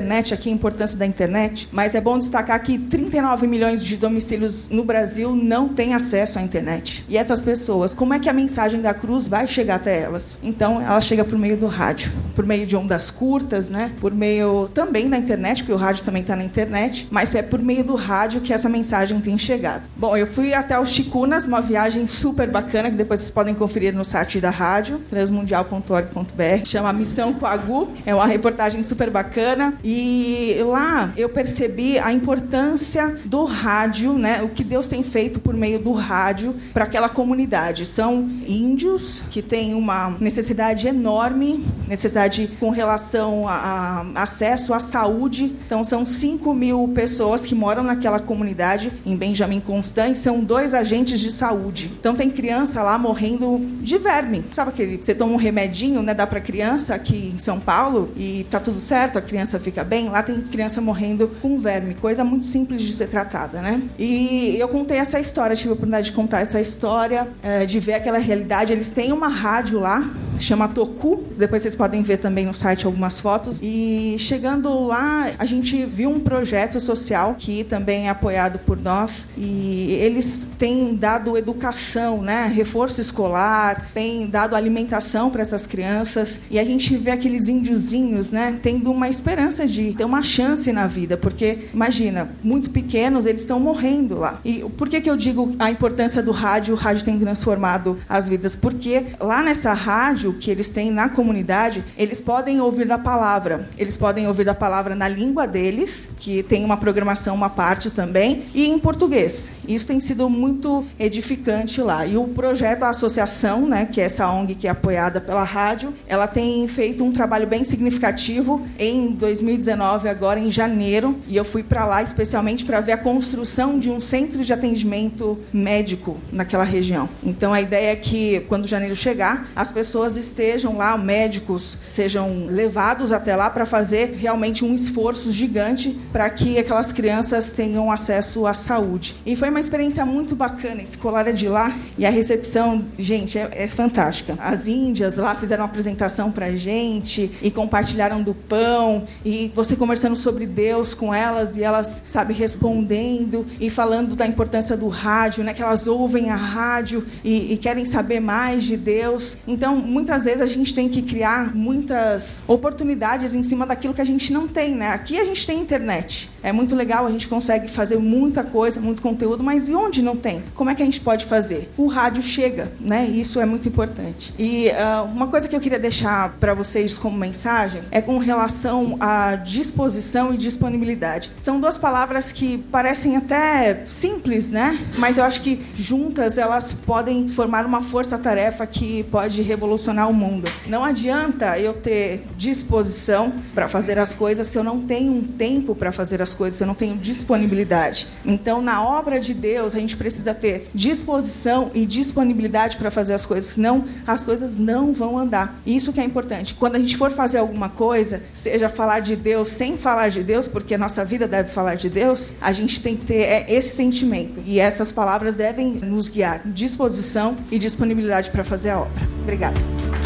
internet aqui, a importância da internet, mas é bom destacar que 39 milhões de domicílios no Brasil não têm acesso à internet. E essas pessoas, como é que a mensagem da cruz vai chegar até elas? Então, ela chega por meio do rádio, por meio de ondas curtas, né? Por meio também da internet, porque o rádio também está na internet, mas é por meio do rádio que essa mensagem tem chegado. Bom, eu fui até os Chicunas, uma viagem super bacana, que depois vocês podem conferir no site da rádio, transmundial.org.br, chama Missão Coagu, é uma reportagem super bacana, e lá eu percebi a importância do rádio, né? O que Deus tem feito por meio do rádio para aquela comunidade. São índios que têm uma necessidade enorme, necessidade com relação a acesso à saúde. Então, são 5.000 pessoas que moram naquela comunidade, em Benjamin Constant, são 2 agentes de saúde. Então, tem criança lá morrendo de verme. Sabe aquele, você toma um remedinho, né, dá para criança aqui em São Paulo e tá tudo certo, a criança fica bem? Lá tem criança morrendo com verme, coisa muito simples de ser tratada, né? E eu contei essa história, tive a oportunidade de contar essa história, de ver aquela realidade. Eles têm uma rádio lá, chama Toku, depois vocês podem ver também no site algumas fotos. E chegando lá, a gente viu um projeto social que também é apoiado por nós, e eles têm dado educação, né, reforço escolar, têm dado alimentação para essas crianças, e a gente vê aqueles índiozinhos, né, tendo uma esperança de ter uma chance na vida, porque, imagina, muito pequenos, eles estão morrendo lá. E por que eu digo a importância do rádio? O rádio tem transformado as vidas, porque lá nessa rádio que eles têm na comunidade, eles podem ouvir da palavra. Eles podem ouvir da palavra na língua deles, que tem uma programação, uma parte também, e em português. Isso tem sido muito edificante lá. E o projeto, a associação, né, que é essa ONG que é apoiada pela rádio, ela tem feito um trabalho bem significativo em 2019, agora em janeiro, e eu fui para lá especialmente para ver a construção de um centro de atendimento médico naquela região. Então, a ideia é que, quando janeiro chegar, as pessoas estejam lá, médicos sejam levados até lá para fazer realmente um esforço gigante para que aquelas crianças tenham acesso à saúde. E foi uma experiência muito bacana. Esse colar é de lá e a recepção, gente, é fantástica. As índias lá fizeram uma apresentação para a gente e compartilharam do pão, e você conversando sobre Deus com elas, e elas, sabe, respondendo e falando da importância do rádio, né, que elas ouvem a rádio e querem saber mais de Deus. Então, muitas vezes a gente tem que criar muitas oportunidades em cima daquilo que a gente não tem, né? Aqui a gente tem internet. É muito legal, a gente consegue fazer muita coisa, muito conteúdo, mas e onde não tem? Como é que a gente pode fazer? O rádio chega, né? Isso é muito importante. E uma coisa que eu queria deixar para vocês como mensagem é com relação à disposição e disponibilidade. São 2 palavras que parecem até simples, né? Mas eu acho que juntas elas podem formar uma força-tarefa que pode revolucionar o mundo. Não adianta eu ter disposição para fazer as coisas se eu não tenho um tempo para fazer as coisas, se eu não tenho disponibilidade. Então, na obra de Deus, a gente precisa ter disposição e disponibilidade para fazer as coisas, senão as coisas não vão andar. Isso que é importante. Quando a gente for fazer alguma coisa, seja falar de Deus sem falar de Deus, porque a nossa vida deve falar de Deus, a gente tem que ter esse sentimento. E essas palavras devem nos guiar. Disposição e disponibilidade para fazer a obra. Obrigada.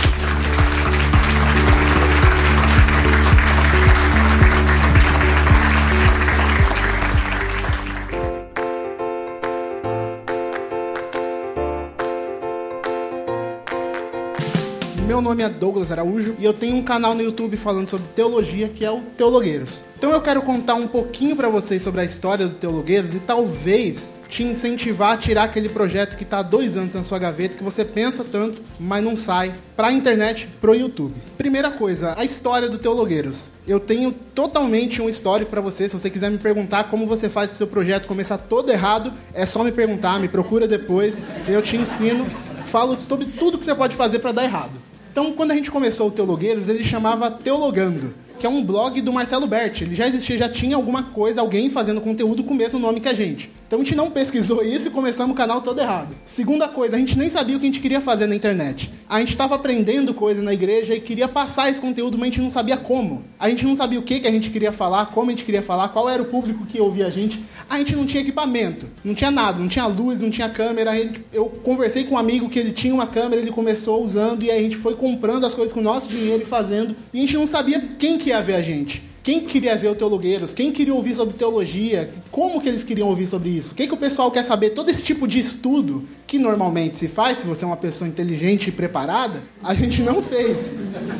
Meu nome é Douglas Araújo e eu tenho um canal no YouTube falando sobre teologia, que é o Teologueiros. Então eu quero contar um pouquinho para vocês sobre a história do Teologueiros e talvez te incentivar a tirar aquele projeto que está há 2 anos na sua gaveta, que você pensa tanto, mas não sai, para a internet, pro YouTube. Primeira coisa, a história do Teologueiros. Eu tenho totalmente um histórico para você. Se você quiser me perguntar como você faz para o seu projeto começar todo errado, é só me perguntar, me procura depois, eu te ensino, falo sobre tudo que você pode fazer para dar errado. Então, quando a gente começou o Teologueiros, ele chamava Teologando, que é um blog do Marcelo Berti. Ele já existia, já tinha alguma coisa, alguém fazendo conteúdo com o mesmo nome que a gente. Então a gente não pesquisou isso e começamos o canal todo errado. Segunda coisa, a gente nem sabia o que a gente queria fazer na internet. A gente estava aprendendo coisa na igreja e queria passar esse conteúdo, mas a gente não sabia como. A gente não sabia o que a gente queria falar, como a gente queria falar, qual era o público que ouvia a gente. A gente não tinha equipamento, não tinha nada, não tinha luz, não tinha câmera. Eu conversei com um amigo que ele tinha uma câmera, ele começou usando e aí a gente foi comprando as coisas com o nosso dinheiro e fazendo. E a gente não sabia quem que ia ver a gente. quem queria ver o Teologueiros, quem queria ouvir sobre teologia, como que eles queriam ouvir sobre isso, o que o pessoal quer saber, todo esse tipo de estudo que normalmente se faz, se você é uma pessoa inteligente e preparada, a gente não fez.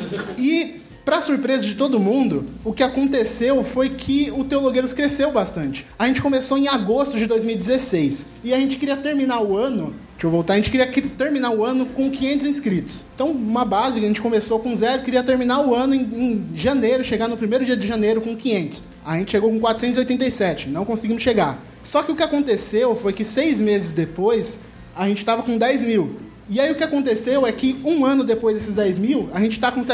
E, para surpresa de todo mundo, o que aconteceu foi que o Teologueiros cresceu bastante. A gente começou em agosto de 2016 e a gente queria terminar o ano... a gente queria terminar o ano com 500 inscritos. Então, uma base, a gente começou com 0, queria terminar o ano em janeiro, chegar no primeiro dia de janeiro com 500. A gente chegou com 487, não conseguimos chegar. Só que o que aconteceu foi que 6 meses depois, a gente estava com 10 mil. E aí o que aconteceu é que um ano depois desses 10 mil, a gente está com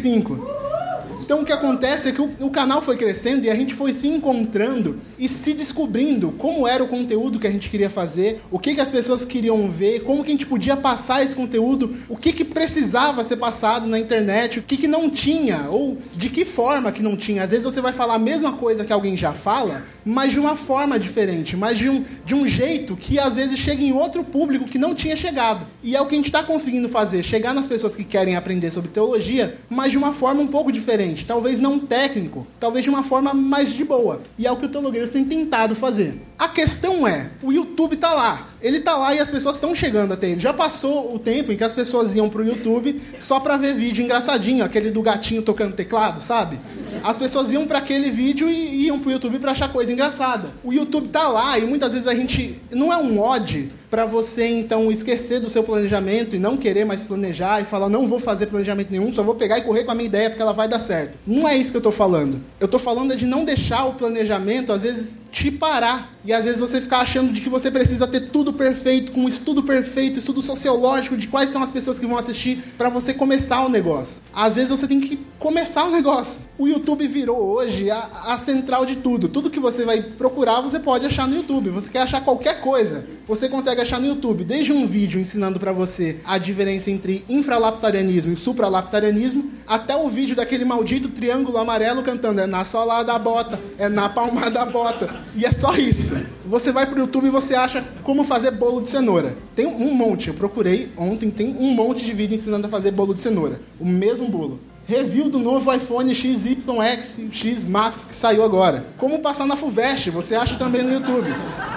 75. Então o que acontece é que o canal foi crescendo e a gente foi se encontrando e se descobrindo como era o conteúdo que a gente queria fazer, o que as pessoas queriam ver, como que a gente podia passar esse conteúdo, o que precisava ser passado na internet, o que não tinha, ou de que forma que não tinha. Às vezes você vai falar a mesma coisa que alguém já fala, mas de uma forma diferente, mas de um jeito que às vezes chega em outro público que não tinha chegado. E é o que a gente está conseguindo fazer, chegar nas pessoas que querem aprender sobre teologia, mas de uma forma um pouco diferente. Talvez não técnico, talvez de uma forma mais de boa. E é o que o Teologueiros tem tentado fazer. A questão é, o YouTube tá lá. Ele tá lá e as pessoas estão chegando até ele. Já passou o tempo em que as pessoas iam pro YouTube só pra ver vídeo engraçadinho, aquele do gatinho tocando teclado, sabe? As pessoas iam para aquele vídeo e iam pro YouTube para achar coisa engraçada. O YouTube tá lá e muitas vezes a gente... Não é um ode para você, então, esquecer do seu planejamento e não querer mais planejar e falar, não vou fazer planejamento nenhum, só vou pegar e correr com a minha ideia porque ela vai dar certo. Não é isso que eu tô falando. Eu tô falando de não deixar o planejamento, às vezes, te parar. E às vezes você ficar achando de que você precisa ter tudo perfeito, com um estudo perfeito, estudo sociológico de quais são as pessoas que vão assistir para você começar o negócio. Às vezes você tem que começar o negócio. O YouTube virou hoje a central de tudo. Tudo que você vai procurar, você pode achar no YouTube. Você quer achar qualquer coisa, você consegue achar no YouTube. Desde um vídeo ensinando para você a diferença entre infralapsarianismo e supralapsarianismo, até o vídeo daquele maldito triângulo amarelo cantando é na sola da bota, é na palma da bota. E é só isso. Você vai pro YouTube e você acha como fazer bolo de cenoura. Tem um monte, eu procurei ontem, tem um monte de vídeo ensinando a fazer bolo de cenoura. O mesmo bolo. Review do novo iPhone XYX, X Max que saiu agora. Como passar na FUVEST, você acha também no YouTube.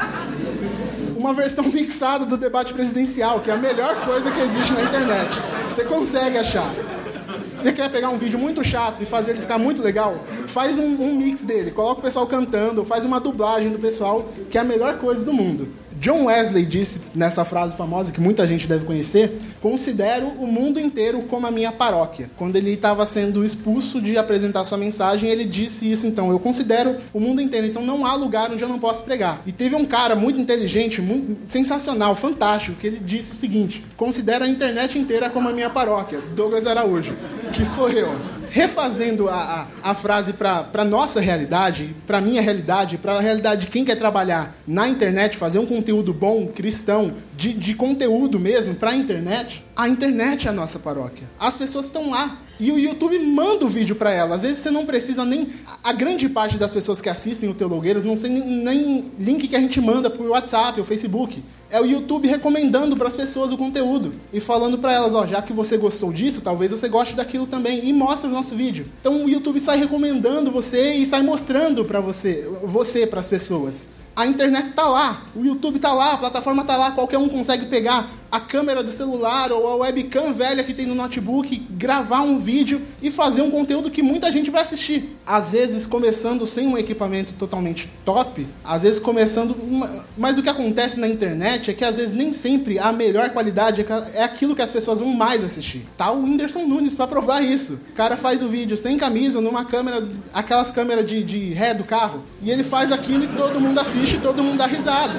Uma versão mixada do debate presidencial, que é a melhor coisa que existe na internet. Você consegue achar. Você quer pegar um vídeo muito chato e fazer ele ficar muito legal? Faz um mix dele, coloca o pessoal cantando, faz uma dublagem do pessoal, que é a melhor coisa do mundo. John Wesley disse, nessa frase famosa que muita gente deve conhecer, considero o mundo inteiro como a minha paróquia. Quando ele estava sendo expulso de apresentar sua mensagem, ele disse isso, então, eu considero o mundo inteiro, então não há lugar onde eu não posso pregar. E teve um cara muito inteligente, muito sensacional, fantástico, que ele disse o seguinte, considero a internet inteira como a minha paróquia, Douglas Araújo, que sou eu. Refazendo a frase para nossa realidade, para minha realidade, para a realidade de quem quer trabalhar na internet, fazer um conteúdo bom, cristão, de conteúdo mesmo para a internet é a nossa paróquia. As pessoas estão lá. E o YouTube manda o vídeo para ela. Às vezes você não precisa nem... A grande parte das pessoas que assistem o Teologueiros não tem nem link que a gente manda por WhatsApp ou Facebook. É o YouTube recomendando para as pessoas o conteúdo. E falando para elas, ó, já que você gostou disso, talvez você goste daquilo também. E mostra o nosso vídeo. Então o YouTube sai recomendando você e sai mostrando para você para as pessoas. A internet tá lá, o YouTube tá lá, a plataforma tá lá, qualquer um consegue pegar a câmera do celular ou a webcam velha que tem no notebook, gravar um vídeo e fazer um conteúdo que muita gente vai assistir. Às vezes começando sem um equipamento totalmente top, às vezes começando... Mas o que acontece na internet é que às vezes nem sempre a melhor qualidade é aquilo que as pessoas vão mais assistir. Tá o Whindersson Nunes pra provar isso. O cara faz o vídeo sem camisa, numa câmera, aquelas câmeras de ré do carro, e ele faz aquilo e todo mundo assiste. Todo mundo dá risada.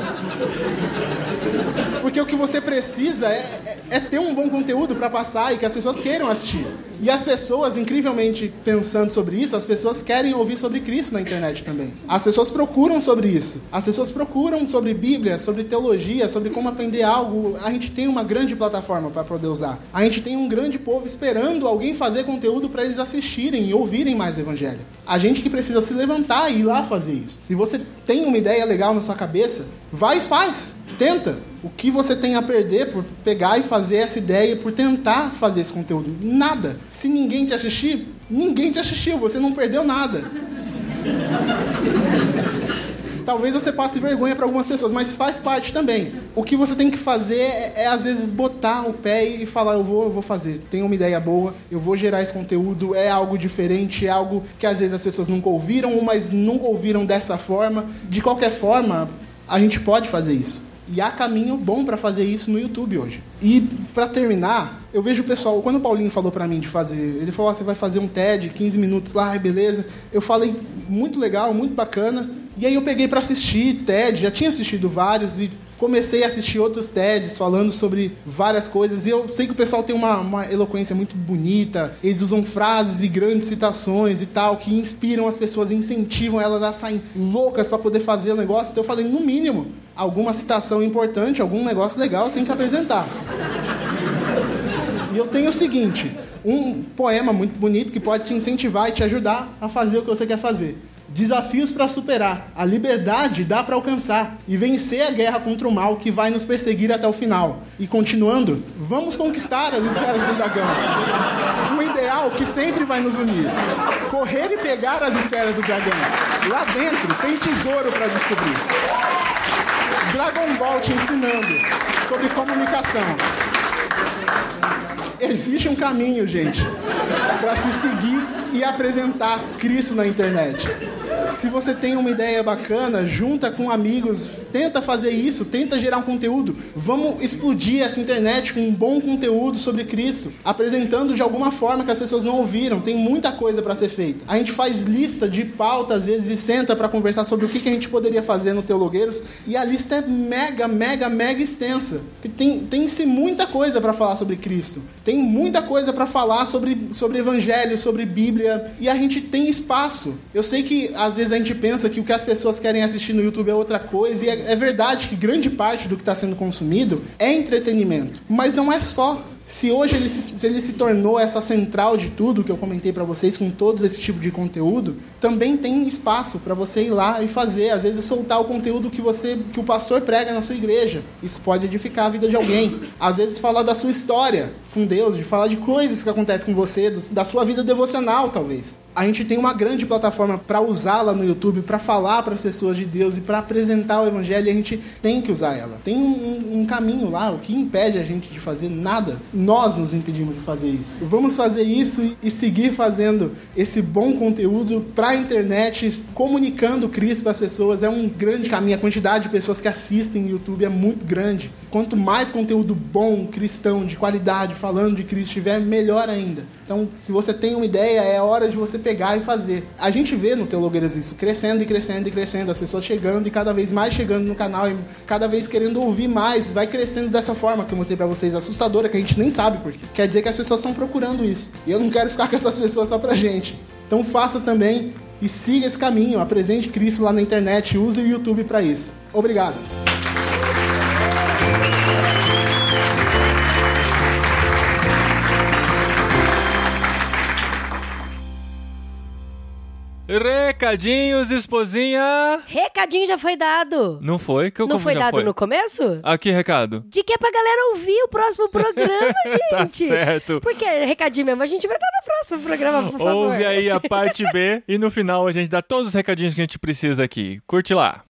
Porque o que você precisa é ter um bom conteúdo para passar e que as pessoas queiram assistir. E as pessoas, incrivelmente pensando sobre isso, as pessoas querem ouvir sobre Cristo na internet também. As pessoas procuram sobre isso. As pessoas procuram sobre Bíblia, sobre teologia, sobre como aprender algo. A gente tem uma grande plataforma para poder usar. A gente tem um grande povo esperando alguém fazer conteúdo para eles assistirem e ouvirem mais o Evangelho. A gente que precisa se levantar e ir lá fazer isso. Se você tem uma ideia legal na sua cabeça, vai e faz. Tenta. O que você tem a perder por pegar e fazer essa ideia, por tentar fazer esse conteúdo? Nada. Se ninguém te assistir, ninguém te assistiu. Você não perdeu nada. Talvez você passe vergonha para algumas pessoas, mas faz parte também. O que você tem que fazer é às vezes, botar o pé e falar, eu vou fazer. Tenho uma ideia boa, eu vou gerar esse conteúdo, é algo diferente, é algo que às vezes as pessoas nunca ouviram, mas nunca ouviram dessa forma. De qualquer forma, a gente pode fazer isso. E há caminho bom para fazer isso no YouTube hoje. E para terminar, eu vejo o pessoal, quando o Paulinho falou para mim de fazer, ele falou, você vai fazer um TED, 15 minutos lá, beleza. Eu falei, muito legal, muito bacana. E aí eu peguei para assistir TED, já tinha assistido vários e comecei a assistir outros TEDs falando sobre várias coisas. E eu sei que o pessoal tem uma eloquência muito bonita, eles usam frases e grandes citações e tal, que inspiram as pessoas, incentivam elas a saírem loucas para poder fazer o negócio. Então eu falei, no mínimo, alguma citação importante, algum negócio legal tem que apresentar. E eu tenho o seguinte, um poema muito bonito que pode te incentivar e te ajudar a fazer o que você quer fazer. Desafios para superar. A liberdade dá para alcançar e vencer a guerra contra o mal que vai nos perseguir até o final. E continuando, vamos conquistar as esferas do dragão. Um ideal que sempre vai nos unir. Correr e pegar as esferas do dragão. Lá dentro tem tesouro para descobrir. Dragon Ball te ensinando sobre comunicação. Existe um caminho, gente, para se seguir e apresentar Cristo na internet. Se você tem uma ideia bacana, junta com amigos, tenta fazer isso, tenta gerar um conteúdo. Vamos explodir essa internet com um bom conteúdo sobre Cristo, apresentando de alguma forma que as pessoas não ouviram. Tem muita coisa para ser feita. A gente faz lista de pauta, às vezes, e senta para conversar sobre o que a gente poderia fazer no Teologueiros, e a lista é mega extensa. Tem-se muita coisa para falar sobre Cristo. Tem muita coisa para falar sobre Evangelho, sobre Bíblia, e a gente tem espaço. Eu sei que, às vezes, a gente pensa que o que as pessoas querem assistir no YouTube é outra coisa, e é verdade que grande parte do que está sendo consumido é entretenimento. Mas não é só. Se hoje ele se tornou essa central de tudo que eu comentei para vocês, com todo esse tipo de conteúdo, também tem espaço para você ir lá e fazer, às vezes soltar o conteúdo que o pastor prega na sua igreja. Isso pode edificar a vida de alguém. Às vezes falar da sua história com Deus, de falar de coisas que acontecem com você, da sua vida devocional, talvez. A gente tem uma grande plataforma para usá-la no YouTube, para falar para as pessoas de Deus e para apresentar o Evangelho, e a gente tem que usar ela. Tem um caminho lá, o que impede a gente de fazer nada? Nós nos impedimos de fazer isso. Vamos fazer isso e seguir fazendo esse bom conteúdo para a internet, comunicando Cristo para as pessoas. É um grande caminho. A quantidade de pessoas que assistem no YouTube é muito grande. Quanto mais conteúdo bom, cristão, de qualidade, falando de Cristo tiver, melhor ainda. Então, se você tem uma ideia, é hora de você pegar e fazer. A gente vê no Teologueiros isso, crescendo, as pessoas chegando e cada vez mais chegando no canal, e cada vez querendo ouvir mais, vai crescendo dessa forma que eu mostrei pra vocês, assustadora, que a gente nem sabe por quê. Quer dizer que as pessoas estão procurando isso. E eu não quero ficar com essas pessoas só pra gente. Então faça também e siga esse caminho, apresente Cristo lá na internet, use o YouTube pra isso. Obrigado. Recadinhos, esposinha! Recadinho já foi dado. Não foi? Não foi dado no começo? Aqui, recado. De que é pra galera ouvir o próximo programa, gente. Tá certo. Porque recadinho mesmo, a gente vai dar no próximo programa, por favor. Ouve aí a parte B e no final a gente dá todos os recadinhos que a gente precisa aqui. Curte lá.